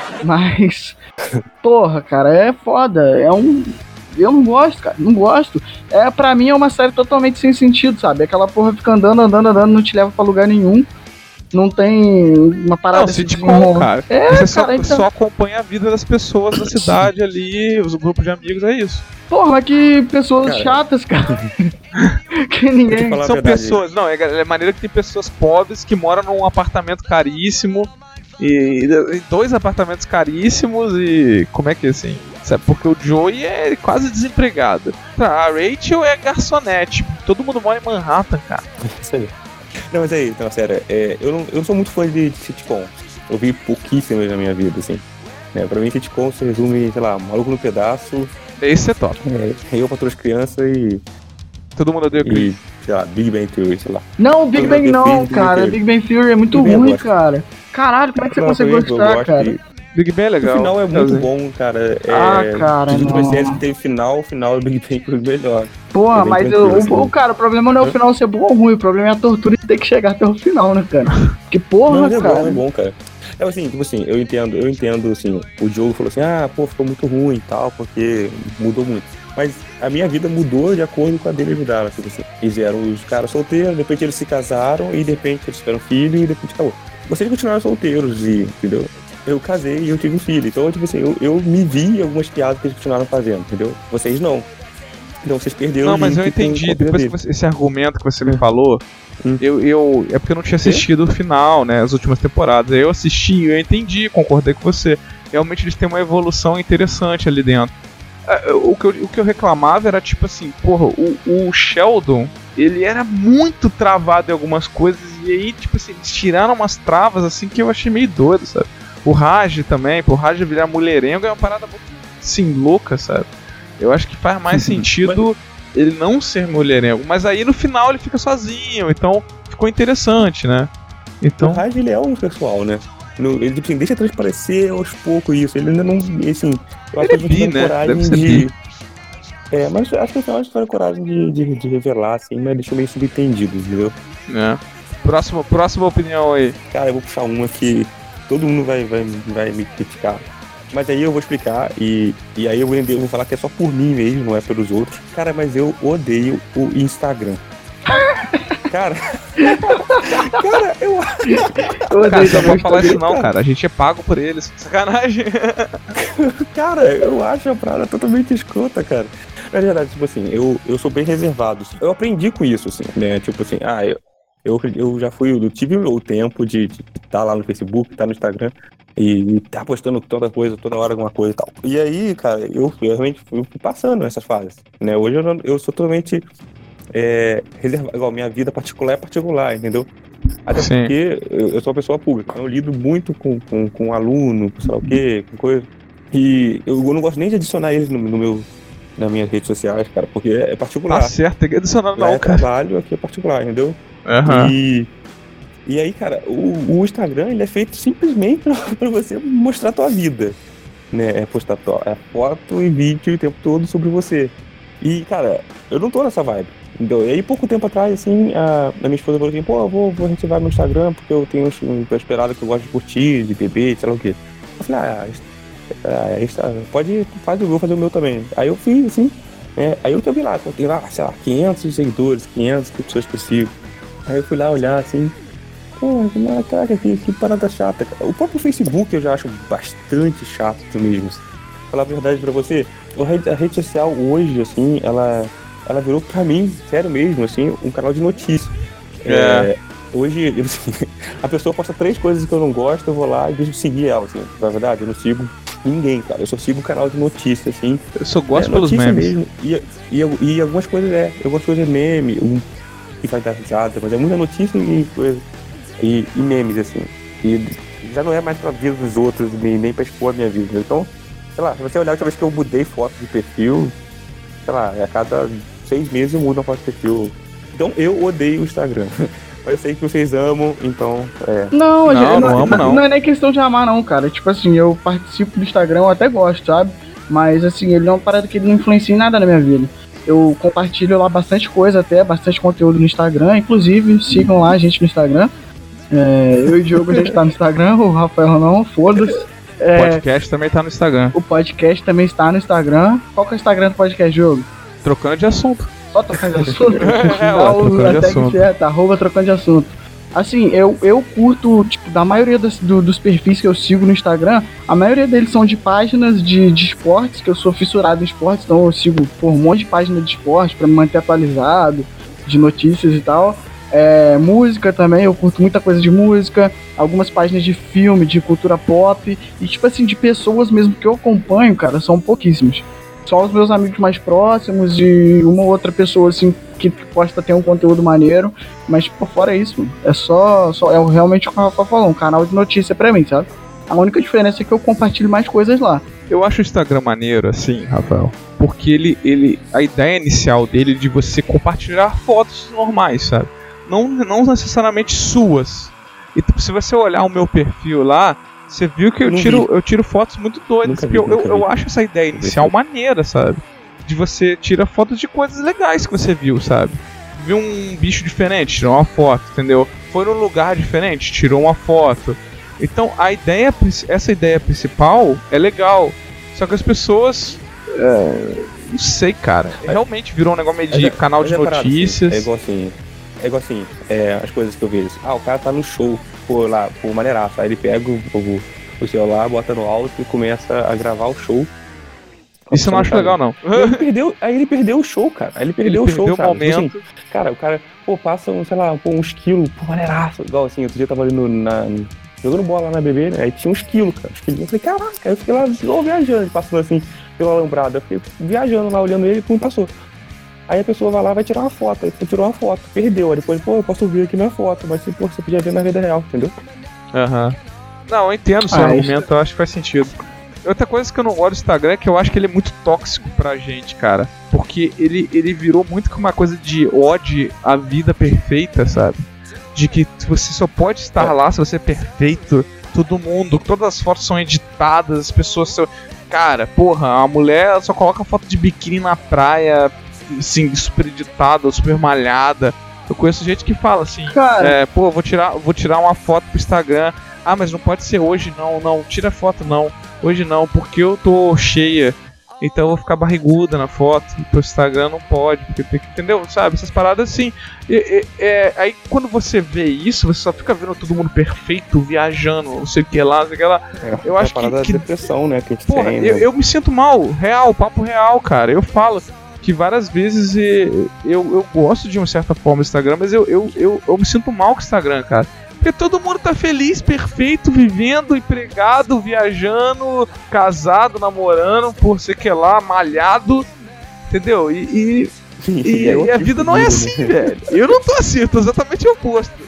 Mas, porra, cara, é foda, é um... Eu não gosto, cara, não gosto. É, pra mim é uma série totalmente sem sentido, sabe? Aquela porra fica andando, andando, andando, não te leva pra lugar nenhum. Não tem uma parada... Não, assim, sitcom, de... cara. É, Você só, cara, então... só acompanha a vida das pessoas da cidade ali, os grupos de amigos, é isso. Porra, mas que pessoas Cara. chatas, cara. que Vou te ninguém... falar a São verdade. pessoas... Não, é, é maneira que tem pessoas pobres que moram num apartamento caríssimo e, e dois apartamentos caríssimos e... Como é que é assim? Sabe? Porque o Joey é quase desempregado. A Rachel é garçonete. Todo mundo mora em Manhattan, cara. Isso aí. Não, mas aí, não, sério, é, eu, não, eu não sou muito fã de, de sitcom. Eu vi pouquíssimas na minha vida, assim. Né, pra mim, sitcom se resume, sei lá, Maluco no Pedaço, Esse é top. é, Eu, Patroa as Crianças e, Todo mundo odeia o Chris. e, sei lá, Big Bang Theory, sei lá. Não, Big Eu Bang prefiro não, Big cara. Bang Big Bang Theory é muito Big Bang eu ruim, gosto. cara. Caralho, como é que você Não, consegue eu- eu gostar, gosto cara? e- Big Bang é legal. O final é muito Assim. bom, cara. É, Ah, cara, de duas não. séries que teve final, o final do Big Bang foi o melhor. Porra, É bem mas tranquilo, o, assim. o, cara, o problema não é o final ser bom ou ruim, o problema é a tortura de ter que chegar até o final, né, cara? Que porra, Não, mas é cara. bom, é bom, cara. É assim, tipo assim, eu entendo, eu entendo, assim, o Diogo falou assim, ah, pô, ficou muito ruim e tal, porque mudou muito. Mas a minha vida mudou de acordo com a dele mudaram, tipo assim. Eles eram os caras solteiros, de repente eles se casaram e de repente eles tiveram filho e de repente acabou. Vocês continuaram solteiros e, entendeu? Eu casei e eu tive um filho. Então, tipo assim, eu, eu me vi em algumas piadas que eles continuaram fazendo, entendeu? Vocês não. Então vocês perderam Não, o mas eu link com- entendi. com a vida Depois que dele. você, esse argumento que você me falou, Hum. eu, eu. É porque eu não tinha assistido o final, né? As últimas temporadas. Aí eu assisti, eu entendi, concordei com você. Realmente eles têm uma evolução interessante ali dentro. É, O que, eu, o que eu reclamava era tipo assim, porra, o, o Sheldon, ele era muito travado em algumas coisas. E aí, tipo assim, eles tiraram umas travas assim que eu achei meio doido, sabe? O Raj também, pô, o Raj virar mulherengo é uma parada muito, assim, louca, sabe? Eu acho que faz mais sentido ele não ser mulherengo. Mas aí no final ele fica sozinho, então ficou interessante, né? Então. O Raj, ele é homossexual, né? No, ele tipo, assim, deixa transparecer aos poucos isso. Ele ainda não. Assim, eu acho Ele que é bi, eles tiveram né? Deve coragem ser de. bi. É, mas acho que no final eles tiveram coragem de, de, de revelar, assim, mas deixou meio subentendido, entendeu? É. Próxima, próxima opinião aí. Cara, eu vou puxar uma que todo mundo vai, vai, vai me criticar. Mas aí eu vou explicar e, e aí eu vou, eu vou falar que é só por mim mesmo, não é pelos outros. Cara, mas eu odeio o Instagram. Cara, cara, eu Eu Cara, odeio você não também pode falar Instagram. isso não, cara. A gente é pago por eles. Sacanagem. Cara, eu acho a parada totalmente escrota, cara. Na verdade, tipo assim, eu, eu sou bem reservado. Assim. Eu aprendi com isso, assim, né? Tipo assim, ah, eu, eu, eu já fui, eu tive o tempo de estar lá no Facebook, estar no Instagram e estar postando toda coisa, toda hora alguma coisa e tal. E aí, cara, eu, eu realmente fui passando nessas fases, né? Hoje eu, não- eu sou totalmente é, reservado. Igual, minha vida particular é particular, entendeu? Até Sim. porque eu, eu sou uma pessoa pública, então eu lido muito com, com, com aluno, com sei lá o quê, com coisa. E eu, eu não gosto nem de adicionar eles no, no meu, nas minhas redes sociais, cara, porque é particular. Tá certo, tem que adicionar Lá não, é cara. trabalho, aqui é particular, entendeu? Aham. E, e aí, cara, o, o Instagram, ele é feito simplesmente pra, pra você mostrar a tua vida, né? É postar tua, é foto e vídeo o tempo todo sobre você. E, cara, eu não tô nessa vibe, entendeu? E aí, pouco tempo atrás, assim, a, a minha esposa falou assim, pô, eu vou, vou reativar meu Instagram porque eu tenho um esperado que eu gosto de curtir, de beber, sei lá o quê. Eu falei, ah, ah Insta, pode, faz o meu, fazer o meu também. Aí eu fiz, assim, né? Aí eu vi lá, eu tenho lá, sei lá, quinhentos seguidores, quinhentas pessoas que eu sigo. Aí eu fui lá olhar, assim, pô, caraca, que, que parada chata. O próprio Facebook eu já acho bastante chato mesmo. Falar a verdade pra você, a rede, a rede social hoje, assim, ela, ela virou pra mim, sério mesmo, assim, um canal de notícias. É. É, hoje, eu, assim, a pessoa posta três coisas que eu não gosto, eu vou lá e deixo de seguir ela, assim. Na verdade, eu não sigo ninguém, cara. Eu só sigo um canal de notícias, assim. Eu só gosto é, pelos memes. Mesmo. E, e, e algumas coisas, é, eu gosto de coisas meme, um, que vai dar risada, mas é muita notícia e coisa. E, e memes, assim. E já não é mais pra vida dos outros, nem, nem pra expor a minha vida. Então, sei lá, se você olhar a última vez que eu mudei foto de perfil, sei lá, a cada seis meses eu mudo uma foto de perfil. Então eu odeio o Instagram. Mas eu sei que vocês amam, então, é. Não, Não, eu, não amo, não. Não é nem questão de amar, não, cara. Tipo assim, eu participo do Instagram, eu até gosto, sabe? Mas, assim, ele é uma parada que ele não influencia em nada na minha vida. Eu compartilho lá bastante coisa, até bastante conteúdo no Instagram. Inclusive, sigam lá a gente no Instagram. É, eu e o Diogo, a gente tá no Instagram, o Rafael não, foda-se. O É, podcast também tá no Instagram. o podcast também está no Instagram. Qual que é o Instagram do podcast, Diogo? Trocando de assunto. Só trocando de assunto? É, Dá ué, o- trocando de até assunto. que certo, arroba trocando de assunto. Assim, eu, eu curto, tipo, da maioria das, do- dos perfis que eu sigo no Instagram, a maioria deles são de páginas de, de esportes, que eu sou fissurado em esportes, então eu sigo por um monte de páginas de esporte pra me manter atualizado, de notícias e tal. É, música também, eu curto muita coisa de música, algumas páginas de filme, de cultura pop, e tipo assim, de pessoas mesmo que eu acompanho, cara, são pouquíssimos. Só os meus amigos mais próximos e uma ou outra pessoa assim que posta ter um conteúdo maneiro, mas por fora isso, mano, é só, só é realmente o que o Rafa falou, um canal de notícia pra mim, sabe? A única diferença é que eu compartilho mais coisas lá. Eu acho o Instagram maneiro, assim, Rafael, porque ele, ele, a ideia inicial dele é de você compartilhar fotos normais, sabe? Não, não necessariamente suas. E tipo, se você olhar o meu perfil lá, você viu que eu Não tiro, vi. eu tiro fotos muito doidas. Nunca Porque vi, eu, eu, nunca eu vi. acho essa ideia inicial maneira, sabe? De você tirar fotos de coisas legais que você viu, sabe? Viu um bicho diferente, tirou uma foto, entendeu? Foi num lugar diferente, tirou uma foto. Então a ideia, essa ideia principal é legal. Só que as pessoas. É, não sei, cara. Realmente virou um negócio meio de Mas é- canal mas de é parado, assim, notícias. É igual assim, é igual assim, é, as coisas que eu vejo. Assim, ah, o cara tá no show, pô, lá, pô, maneiraço. Aí ele pega o, o, o celular, bota no alto e começa a gravar o show. Isso eu não acho legal, não. Aí ele perdeu, aí ele perdeu o show, cara. Aí ele perdeu Ele o show, perdeu o sabe? Tipo momento. assim, cara, o cara, pô, passa, um, sei lá, pô, uns quilos, pô, maneiraço. Igual assim, outro dia eu tava ali no, na, jogando bola lá na B B, né? Aí tinha uns quilos, cara. Uns quilos. Eu falei, caraca, aí eu fiquei lá igual viajando, passando assim, pelo alambrado. Eu fiquei viajando lá, olhando ele e pum, passou. Aí a pessoa vai lá, vai tirar uma foto. Aí tirou uma foto, perdeu. Aí depois, pô, eu posso ver aqui na foto, mas pô, você podia ver na vida real, entendeu? Aham. Não, eu entendo o seu Ah, argumento, eu acho que faz sentido. Outra coisa que eu não gosto do Instagram é que eu acho que ele é muito tóxico pra gente, cara. Porque ele, ele virou muito como uma coisa de ode à vida perfeita, sabe? De que você só pode estar lá se você é perfeito. Todo mundo, todas as fotos são editadas, as pessoas são... Cara, porra, a mulher só coloca foto de biquíni na praia, assim, super editada, super malhada. Eu conheço gente que fala assim, Cara, é, pô, vou tirar, vou tirar uma foto pro Instagram. Ah, mas não pode ser hoje, não, não, tira foto não. Hoje não, porque eu tô cheia. Então eu vou ficar barriguda na foto. Pro Instagram não pode, porque tem que, entendeu? Sabe? Essas paradas assim. E, e, é, aí quando você vê isso, você só fica vendo todo mundo perfeito, viajando, não sei o que lá, não sei o que lá. É, Eu acho a parada que- da depressão, né, que a gente Porra, tem, eu, né? eu me sinto mal, real, papo real, cara. Eu falo que várias vezes eh, eu, eu gosto de uma certa forma do Instagram, mas eu, eu, eu, eu me sinto mal com o Instagram, cara. Porque todo mundo tá feliz, perfeito, vivendo, empregado, viajando, casado, namorando, por sei que lá, malhado, entendeu? E, e, e- É e a outro vida não é nível, assim, né? velho. Eu não tô assim, eu tô exatamente o oposto.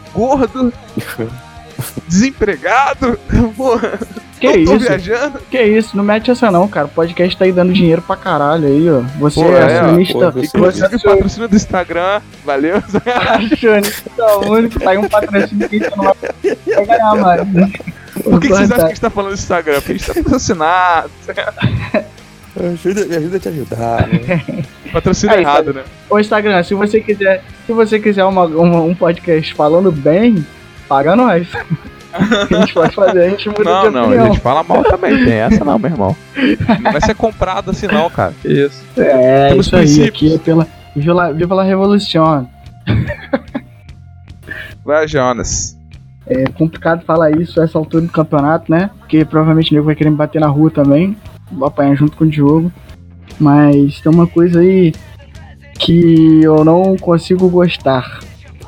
gordo, desempregado, porra. Que não tô isso? viajando. Que isso, não mete essa não, cara. O podcast tá aí dando dinheiro pra caralho aí, ó. Você Pô, é é, acionista. pô, você- Você Inclusive o patrocínio do Instagram, valeu. é acionista único, tá aí um patrocínio que a gente não vai vai ganhar mais. Né? Por que, que vocês acham que a gente tá falando do Instagram? Porque a gente tá patrocinado. Ajuda, me ajuda a te ajudar, né? Patrocínio Aí, errado, né? Ô Instagram, se você quiser, se você quiser uma, uma- um podcast falando bem, paga nós. A gente pode fazer, a gente muda Não, de não, opinião. a gente fala mal também. Tem essa não, meu irmão. Não vai ser comprado assim não, cara. Que isso. É, Pelos isso aí, princípios. aqui é pela, viva, viva la revolução. Vai, Jonas. É complicado falar isso a essa altura do campeonato, né? Porque provavelmente o nego vai querer me bater na rua também. Vou apanhar junto com o Diogo. Mas tem uma coisa aí que eu não consigo gostar.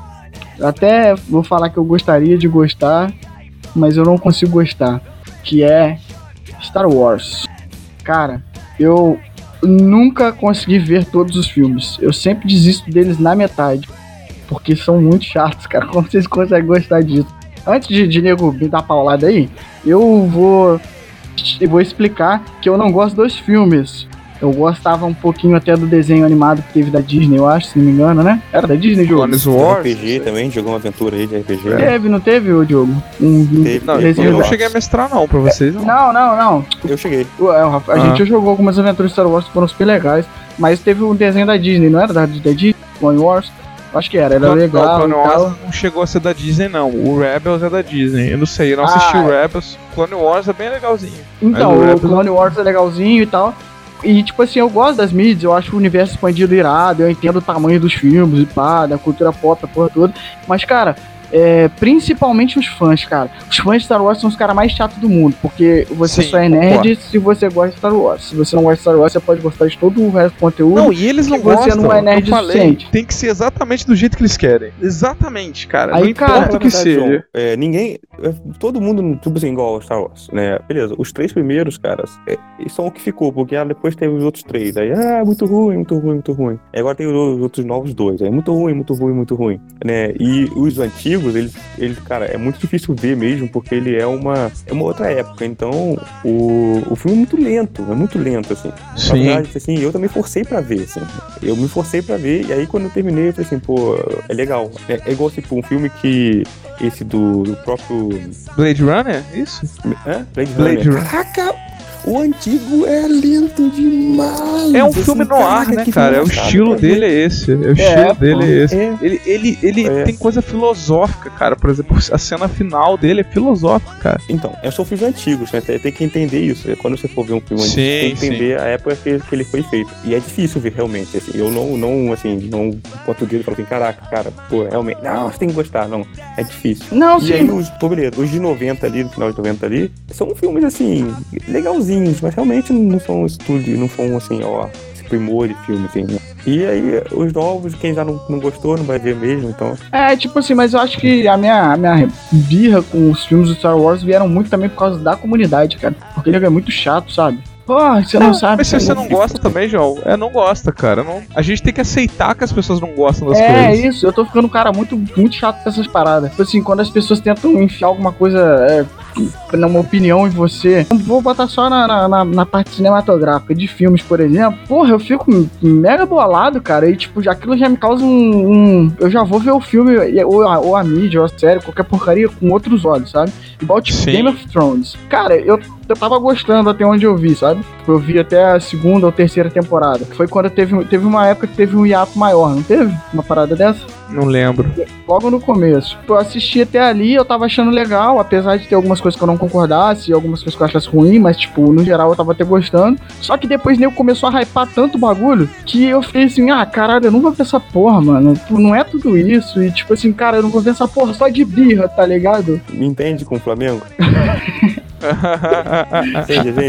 Até vou falar que eu gostaria de gostar, mas eu não consigo gostar. Que é Star Wars. Cara, eu nunca consegui ver todos os filmes. Eu sempre desisto deles na metade. Porque são muito chatos, cara. Como vocês conseguem gostar disso? Antes de, de nego me dar paulada aí, eu vou, eu vou explicar que eu não gosto dos filmes. Eu gostava um pouquinho até do desenho animado que teve da Disney, eu acho, se não me engano, né? Era da Disney, Diogo? Clones R Wars. P G também, jogou uma aventura aí de R P G. Teve, não teve, ô Diogo? Um, um Teve, Não, teve. eu não da- cheguei a mestrar não pra vocês. Não. Não, não, não. Eu cheguei. O- é, o Rafa- A Ah. gente já jogou algumas aventuras de Star Wars que foram super legais, mas teve um desenho da Disney, não era da, da Disney? Clone Wars? Acho que era, era Clone- legal não, Clone e Wars tal. não chegou a ser da Disney, não. O Rebels é da Disney. Eu não sei, eu não assisti Ah, o Rebels. Clone Wars é bem legalzinho. Então, Mas o o Rebels- Clone Wars é legalzinho e tal. E, tipo assim, eu gosto das mídias, eu acho o universo expandido irado, eu entendo o tamanho dos filmes e pá, da cultura pop, a porra toda. Mas, cara, é, principalmente os fãs, cara. Os fãs de Star Wars são os caras mais chatos do mundo, porque você Sim, só é nerd se você gosta de Star Wars. Se você não gosta de Star Wars, você pode gostar de todo o resto do conteúdo. Não, e eles não que você gostam. não é nerd eu falei, suficiente. tem que ser exatamente do jeito que eles querem. Exatamente, cara. Aí, não cara, importa o Na que verdade, seja. João, é, ninguém. é, todo mundo, tipo assim, igual Star Wars, né? Beleza, os três primeiros, caras, é, são o que ficou, porque ah, depois teve os outros três. Aí, ah, muito ruim, muito ruim, muito ruim. Aí agora tem os outros novos dois. Aí, muito ruim, muito ruim, muito ruim. Né? E os antigos, eles, eles, cara, é muito difícil ver mesmo, porque ele é uma, é uma outra época. Então, o, o filme é muito lento, é muito lento, assim. Na Sim. verdade, assim, eu também forcei pra ver, assim. Eu me forcei pra ver, e aí quando eu terminei, eu falei assim, pô, é legal. É, é igual, tipo, um filme que. Esse do, do próprio. Blade Runner? Isso? Hã? Blade, Blade Runner. Runner. Caraca! O antigo é lento demais! É um assim, filme no ar, caraca, né, que cara? É o filme estilo chato pra dele ver. é esse. É o É, estilo pô. dele é esse. É. Ele, ele, ele É. tem coisa filosófica, cara. Por exemplo, a cena final dele é filosófica, cara. Então, são filmes antigos, né? Tem, tem que entender isso. Quando você for ver um filme Sim, antigo, tem que entender a época que, que ele foi feito. E é difícil ver realmente, assim. Eu não, não assim, não ponto o dedo e falo assim, caraca, cara, pô, realmente, não, você tem que gostar, não. É difícil. Não, E sim. aí, os, pô, beleza, os de noventa ali, no final de noventa ali, são filmes, assim, legalzinhos, mas realmente não são estúdio, não são, assim, ó, esse primor de filme, assim, né? E aí, os novos, quem já não, não gostou, não vai ver mesmo, então... É, tipo assim, mas eu acho que a minha, a minha birra com os filmes do Star Wars vieram muito também por causa da comunidade, cara. Porque ele é muito chato, sabe? Porra, você não sabe. Mas se você cara. não gosta também, João, é, não gosta, cara. Não... A gente tem que aceitar que as pessoas não gostam das É coisas. isso, eu tô ficando um cara muito, muito chato com essas paradas. Tipo assim, quando as pessoas tentam enfiar alguma coisa, é, numa opinião em você, eu vou botar só na, na, na- na parte cinematográfica, de filmes, por exemplo. Porra, eu fico mega bolado, cara. E tipo, já, aquilo já me causa um, um- Eu já vou ver o filme, ou a, ou a mídia, ou a série, qualquer porcaria, com outros olhos, sabe? Igual tipo Sim. Game of Thrones. Cara, eu, eu tava gostando até onde eu vi, sabe? Eu vi até a segunda ou terceira temporada. Foi quando teve, teve uma época que teve um hiato maior, não teve? Uma parada dessa? Não lembro. Logo no começo. Eu assisti até ali, eu tava achando legal, apesar de ter algumas coisas que eu não concordasse, algumas coisas que eu achasse ruim, mas, tipo, no geral eu tava até gostando. Só que depois nego começou a hypar tanto o bagulho que eu fiquei assim, ah, caralho, eu não vou ver essa porra, mano. Tipo, não é tudo isso. E, tipo assim, cara, eu não vou ver essa porra só de birra, tá ligado? Me entende com o Flamengo? Entende, gente?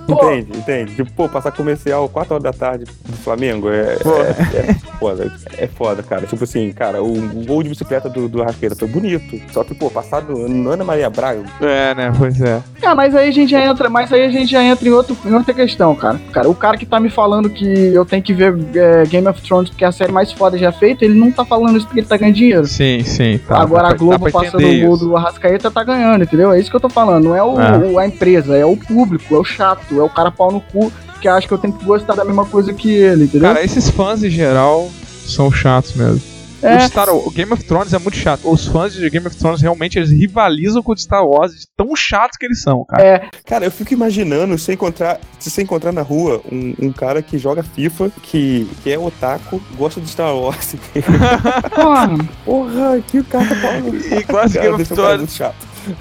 Entende, entende? Tipo, pô, passar comercial quatro horas da tarde do Flamengo é, é, é foda. É foda, cara. Tipo assim, cara, o, o gol de bicicleta do, do Arrascaeta foi bonito. Só que, pô, passado no Ana Maria Braga. É, né? Pois é. Ah, mas aí a gente já entra, mas aí a gente já entra em, outro, em outra questão, cara. Cara, o cara que tá me falando que eu tenho que ver é, Game of Thrones porque é a série mais foda já feita, ele não tá falando isso porque ele tá ganhando dinheiro. Sim, sim. Tá, Agora tá, a Globo passando o gol do Arrascaeta tá ganhando, entendeu? É isso que eu tô falando. Não é, o, é. o, a empresa, é o público, é o chato, é o cara pau no cu que acha que eu tenho que gostar da mesma coisa que ele, entendeu? Cara, esses fãs em geral são chatos mesmo. É. O, Star, o Game of Thrones é muito chato. Os fãs de Game of Thrones realmente eles rivalizam com o Star Wars de tão chatos que eles são, cara. É. Cara, eu fico imaginando se encontrar, se você encontrar na rua um, um cara que joga FIFA, que, que é otaku, gosta de Star Wars. Porra, Porra, que o cara tá falando. E quase Game of Thrones. Muito chato.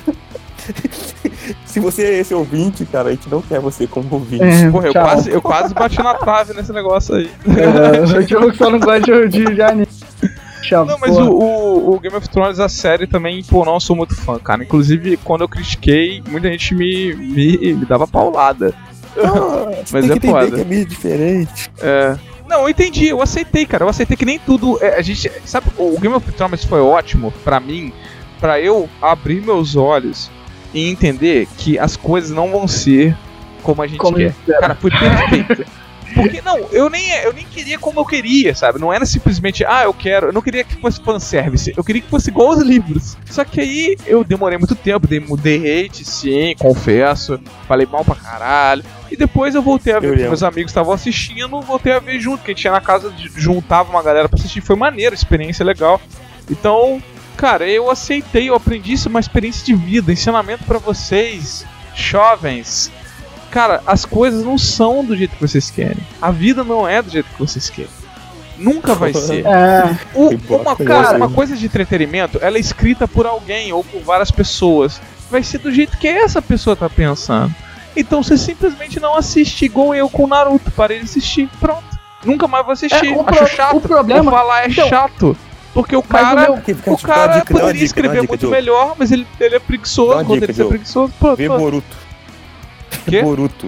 Se você é esse ouvinte, cara, a gente não quer você como ouvinte. É, Porra, eu tchau. quase, eu quase bati na trave nesse negócio aí. É, o jogo só não gosta de, de, de anime. Tchau, Não, mas o, o, o Game of Thrones, a série também, pô, não sou muito fã, cara. Inclusive, quando eu critiquei, muita gente me, me, me dava paulada. Não, Mas tem é que foda. entender que é meio diferente. É. Não, eu entendi, eu aceitei, cara. Eu aceitei que nem tudo. É, a gente. Sabe, o Game of Thrones foi ótimo pra mim, pra eu abrir meus olhos e entender que as coisas não vão ser como a gente Como quer. espera. Cara, foi perfeito. Porque, não, eu nem, eu nem queria como eu queria, sabe? Não era simplesmente, ah, eu quero. Eu não queria que fosse fanservice. Eu queria que fosse igual aos livros. Só que aí eu demorei muito tempo, dei, mudei hate, sim, confesso. Falei mal pra caralho. E depois eu voltei a ver, Eu porque lembro. meus amigos estavam assistindo, voltei a ver junto. Que a gente ia na casa, juntava uma galera pra assistir. Foi maneiro, experiência legal. Então, cara, eu aceitei, eu aprendi isso, uma experiência de vida, ensinamento pra vocês, jovens. Cara, as coisas não são do jeito que vocês querem. A vida não é do jeito que vocês querem. Nunca vai ser. É. O- Que bosta, uma, cara. coisa, uma coisa de entretenimento, ela é escrita por alguém ou por várias pessoas. Vai ser do jeito que essa pessoa tá pensando. Então você simplesmente não assiste, igual eu com Naruto. Parei de assistir, pronto. Nunca mais vou assistir. É, o Acho pro- chato. o problema- Vou falar é Então, chato. Porque o mas o cara, meu- Aqui, fica- o fica uma cara dica, dá uma poderia dica, dá uma escrever dica, muito Diogo. melhor, mas ele, ele é preguiçoso. Dá uma Quando dica, ele é Diogo. preguiçoso, pronto. Vê Boruto. Quê? Boruto.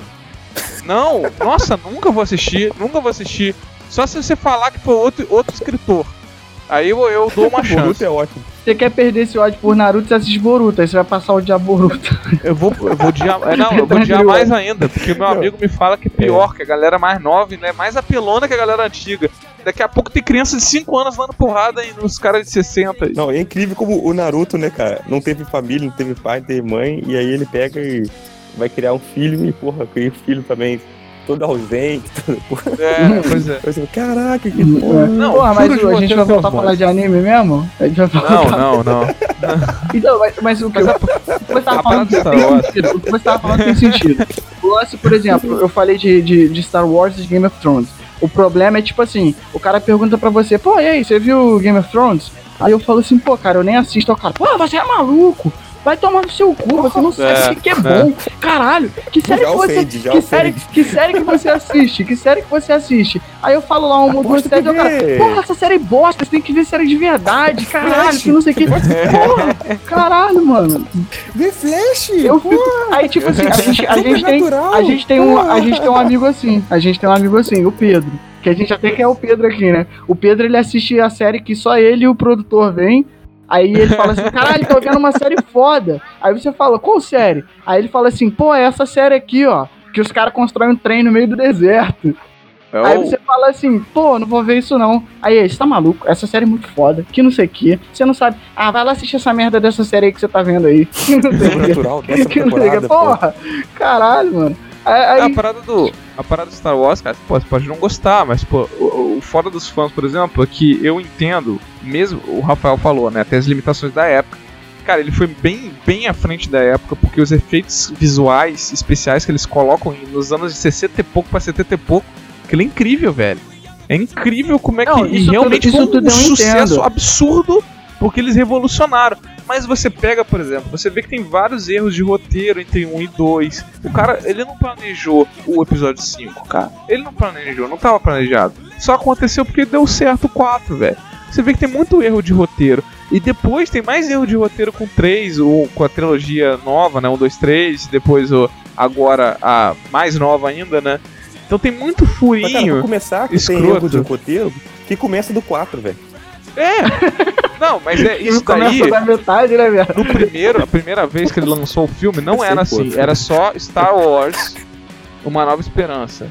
Não, nossa, nunca vou assistir, nunca vou assistir. Só se você falar que foi outro, outro escritor. Aí eu, eu dou uma Boruto chance. é ótimo. Você quer perder esse ódio por Naruto, você assiste Boruto, aí você vai passar o odiar Boruto. Eu vou, eu vou odiar. é, Não, eu vou odiar mais ainda, porque meu amigo me fala que é pior, que a galera mais nova né, é mais apelona que a galera antiga. Daqui a pouco tem criança de cinco anos dando porrada aí nos caras de sessenta. Não, é incrível como o Naruto, né, cara, não teve família, não teve pai, não teve mãe, e aí ele pega e vai criar um filho e, porra, cria um filho também todo ausente, todo, porra. É, pois é. Eu assim, caraca, que porra. Não, Porra, mas juro de a gente roteiro vai tem voltar a uns falar bons. de anime mesmo? A gente vai falar Não, não, não. Então, mas, mas o que eu, o que você tava a falando parada tem Star Wars. sentido. O que você tava falando tem sentido. O lance, por exemplo, eu falei de, de, de Star Wars e de Game of Thrones. O problema é tipo assim, o cara pergunta pra você, pô, e aí, você viu Game of Thrones? Aí eu falo assim, pô, cara, eu nem assisto. Aí o cara, pô, você é maluco. Vai tomar no seu cu, você não sabe É, o que, que é bom. Caralho, que série Já que você. ofende, já que, série, ofende. que série que você assiste? Que série que você assiste? Aí eu falo lá uma duas Aposta séries, aí o cara, T V. porra, essa série é bosta, você tem que ver série de verdade, caralho, que não sei o que. Porra, caralho, mano. Vê Flash! Eu fico. Aí, tipo assim, a gente, a gente tem. Supernatural, A gente tem, um, porra. a gente tem um amigo assim. A gente tem um amigo assim, o Pedro. Que a gente até quer o Pedro aqui, né? O Pedro ele assiste a série que só ele e o produtor vêm. Aí ele fala assim, caralho, tô vendo uma série foda. Aí você fala, qual série? Aí ele fala assim, pô, é essa série aqui, ó. Que os caras constroem um trem no meio do deserto. É Aí o- você fala assim, pô, não vou ver isso não. Aí ele, você tá maluco? Essa série é muito foda, que não sei o que. Você não sabe. Ah, vai lá assistir essa merda dessa série aí que você tá vendo aí. Que não sei o quê. Sobrenatural, dessa Que não sei o quê. temporada, pô. Porra, caralho, mano. Aí, É, aí- a parada do. A parada do Star Wars, cara, pô, você pode não gostar, mas, pô, o, o foda dos fãs, por exemplo, é que eu entendo, mesmo o Rafael falou, né, até as limitações da época. Cara, ele foi bem, bem à frente da época, porque os efeitos visuais especiais que eles colocam em- nos anos de sessenta e pouco pra setenta e pouco, aquilo é incrível, velho. É incrível como é que. Não, E isso realmente tudo- isso foi um tudo eu sucesso entendo. absurdo, porque eles revolucionaram. Mas você pega, por exemplo, você vê que tem vários erros de roteiro entre um e dois. O cara, ele não planejou o episódio cinco, cara. Ele não planejou, não tava planejado. Só aconteceu porque deu certo o quatro, velho. Você vê que tem muito erro de roteiro. E depois tem mais erro de roteiro com três, ou com a trilogia nova, né? um, dois, três, depois o, agora a mais nova ainda, né? Então tem muito furinho. Mas, cara, pra começar, que escroto. tem erro de roteiro que começa do quatro, velho. É! Não, mas é isso daí. Começa da metade, né, velho? No primeiro, a primeira vez que ele lançou o filme, não era assim. Era só Star Wars, Uma Nova Esperança.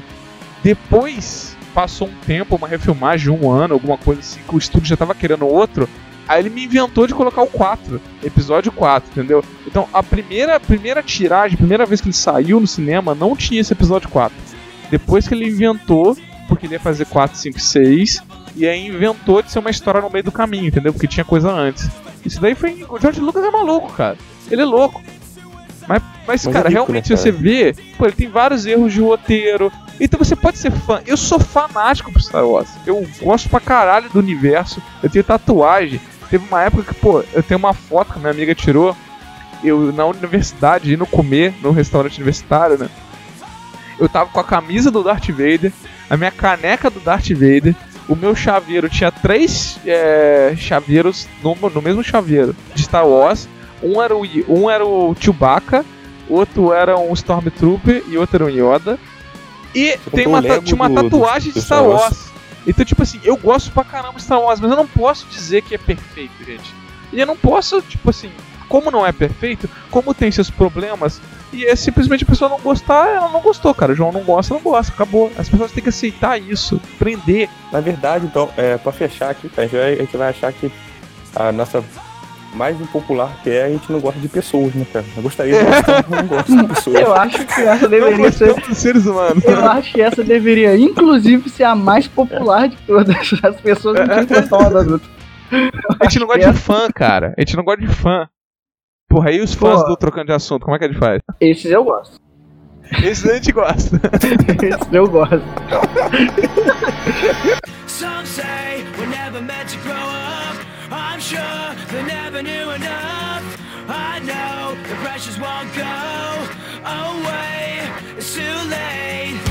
Depois, passou um tempo, uma refilmagem, um ano, alguma coisa assim, que o estúdio já tava querendo outro. Aí ele me inventou de colocar o quatro, episódio quatro, entendeu? Então, a primeira, primeira tiragem, a primeira vez que ele saiu no cinema, não tinha esse episódio quatro. Depois que ele inventou, porque ele ia fazer quatro, cinco, seis, e aí inventou de ser uma história no meio do caminho, entendeu? Porque tinha coisa antes. Isso daí foi... O George Lucas é maluco, cara. Ele é louco. Mas, mas, mas cara, é rico, realmente, né, cara? Você vê... Pô, ele tem vários erros de roteiro. Então você pode ser fã. Eu sou fanático pro Star Wars. Eu gosto pra caralho do universo. Eu tenho tatuagem. Teve uma época que, pô, eu tenho uma foto que minha amiga tirou. Eu, na universidade, indo comer no restaurante universitário, né? Eu tava com a camisa do Darth Vader, a minha caneca do Darth Vader, o meu chaveiro tinha três é, chaveiros no, no mesmo chaveiro de Star Wars. Um era o, um era o Chewbacca, outro era um Stormtrooper e outro era um Yoda. E tem uma, tinha uma tatuagem do, do de Star Wars. Wars. Então, tipo assim, eu gosto pra caramba de Star Wars, mas eu não posso dizer que é perfeito, gente. E eu não posso, tipo assim, como não é perfeito, como tem seus problemas, e é simplesmente a pessoa não gostar, ela não gostou, cara. O João não gosta, não gosta, acabou. As pessoas têm que aceitar isso, aprender. Na verdade, então, é, pra fechar aqui, a gente vai, a gente vai achar que a nossa mais impopular que é, a gente não gosta de pessoas, né, cara? Eu gostaria de gostar, mas não gosto de pessoas. Eu acho que essa deveria não ser... dos seres humanos. Eu acho que essa deveria, inclusive, ser a mais popular de todas. As pessoas não têm que gostar uma das outras. A gente não gosta de fã, cara. A gente não gosta de fã. Porra, e os fãs Pô, do Trocando de Assunto, como é que a gente faz? Esses eu gosto. Esses a gente gosta. Esses eu gosto. Some say we're never meant to grow up. I'm sure they never knew enough. I know the pressures won't go away. It's too late.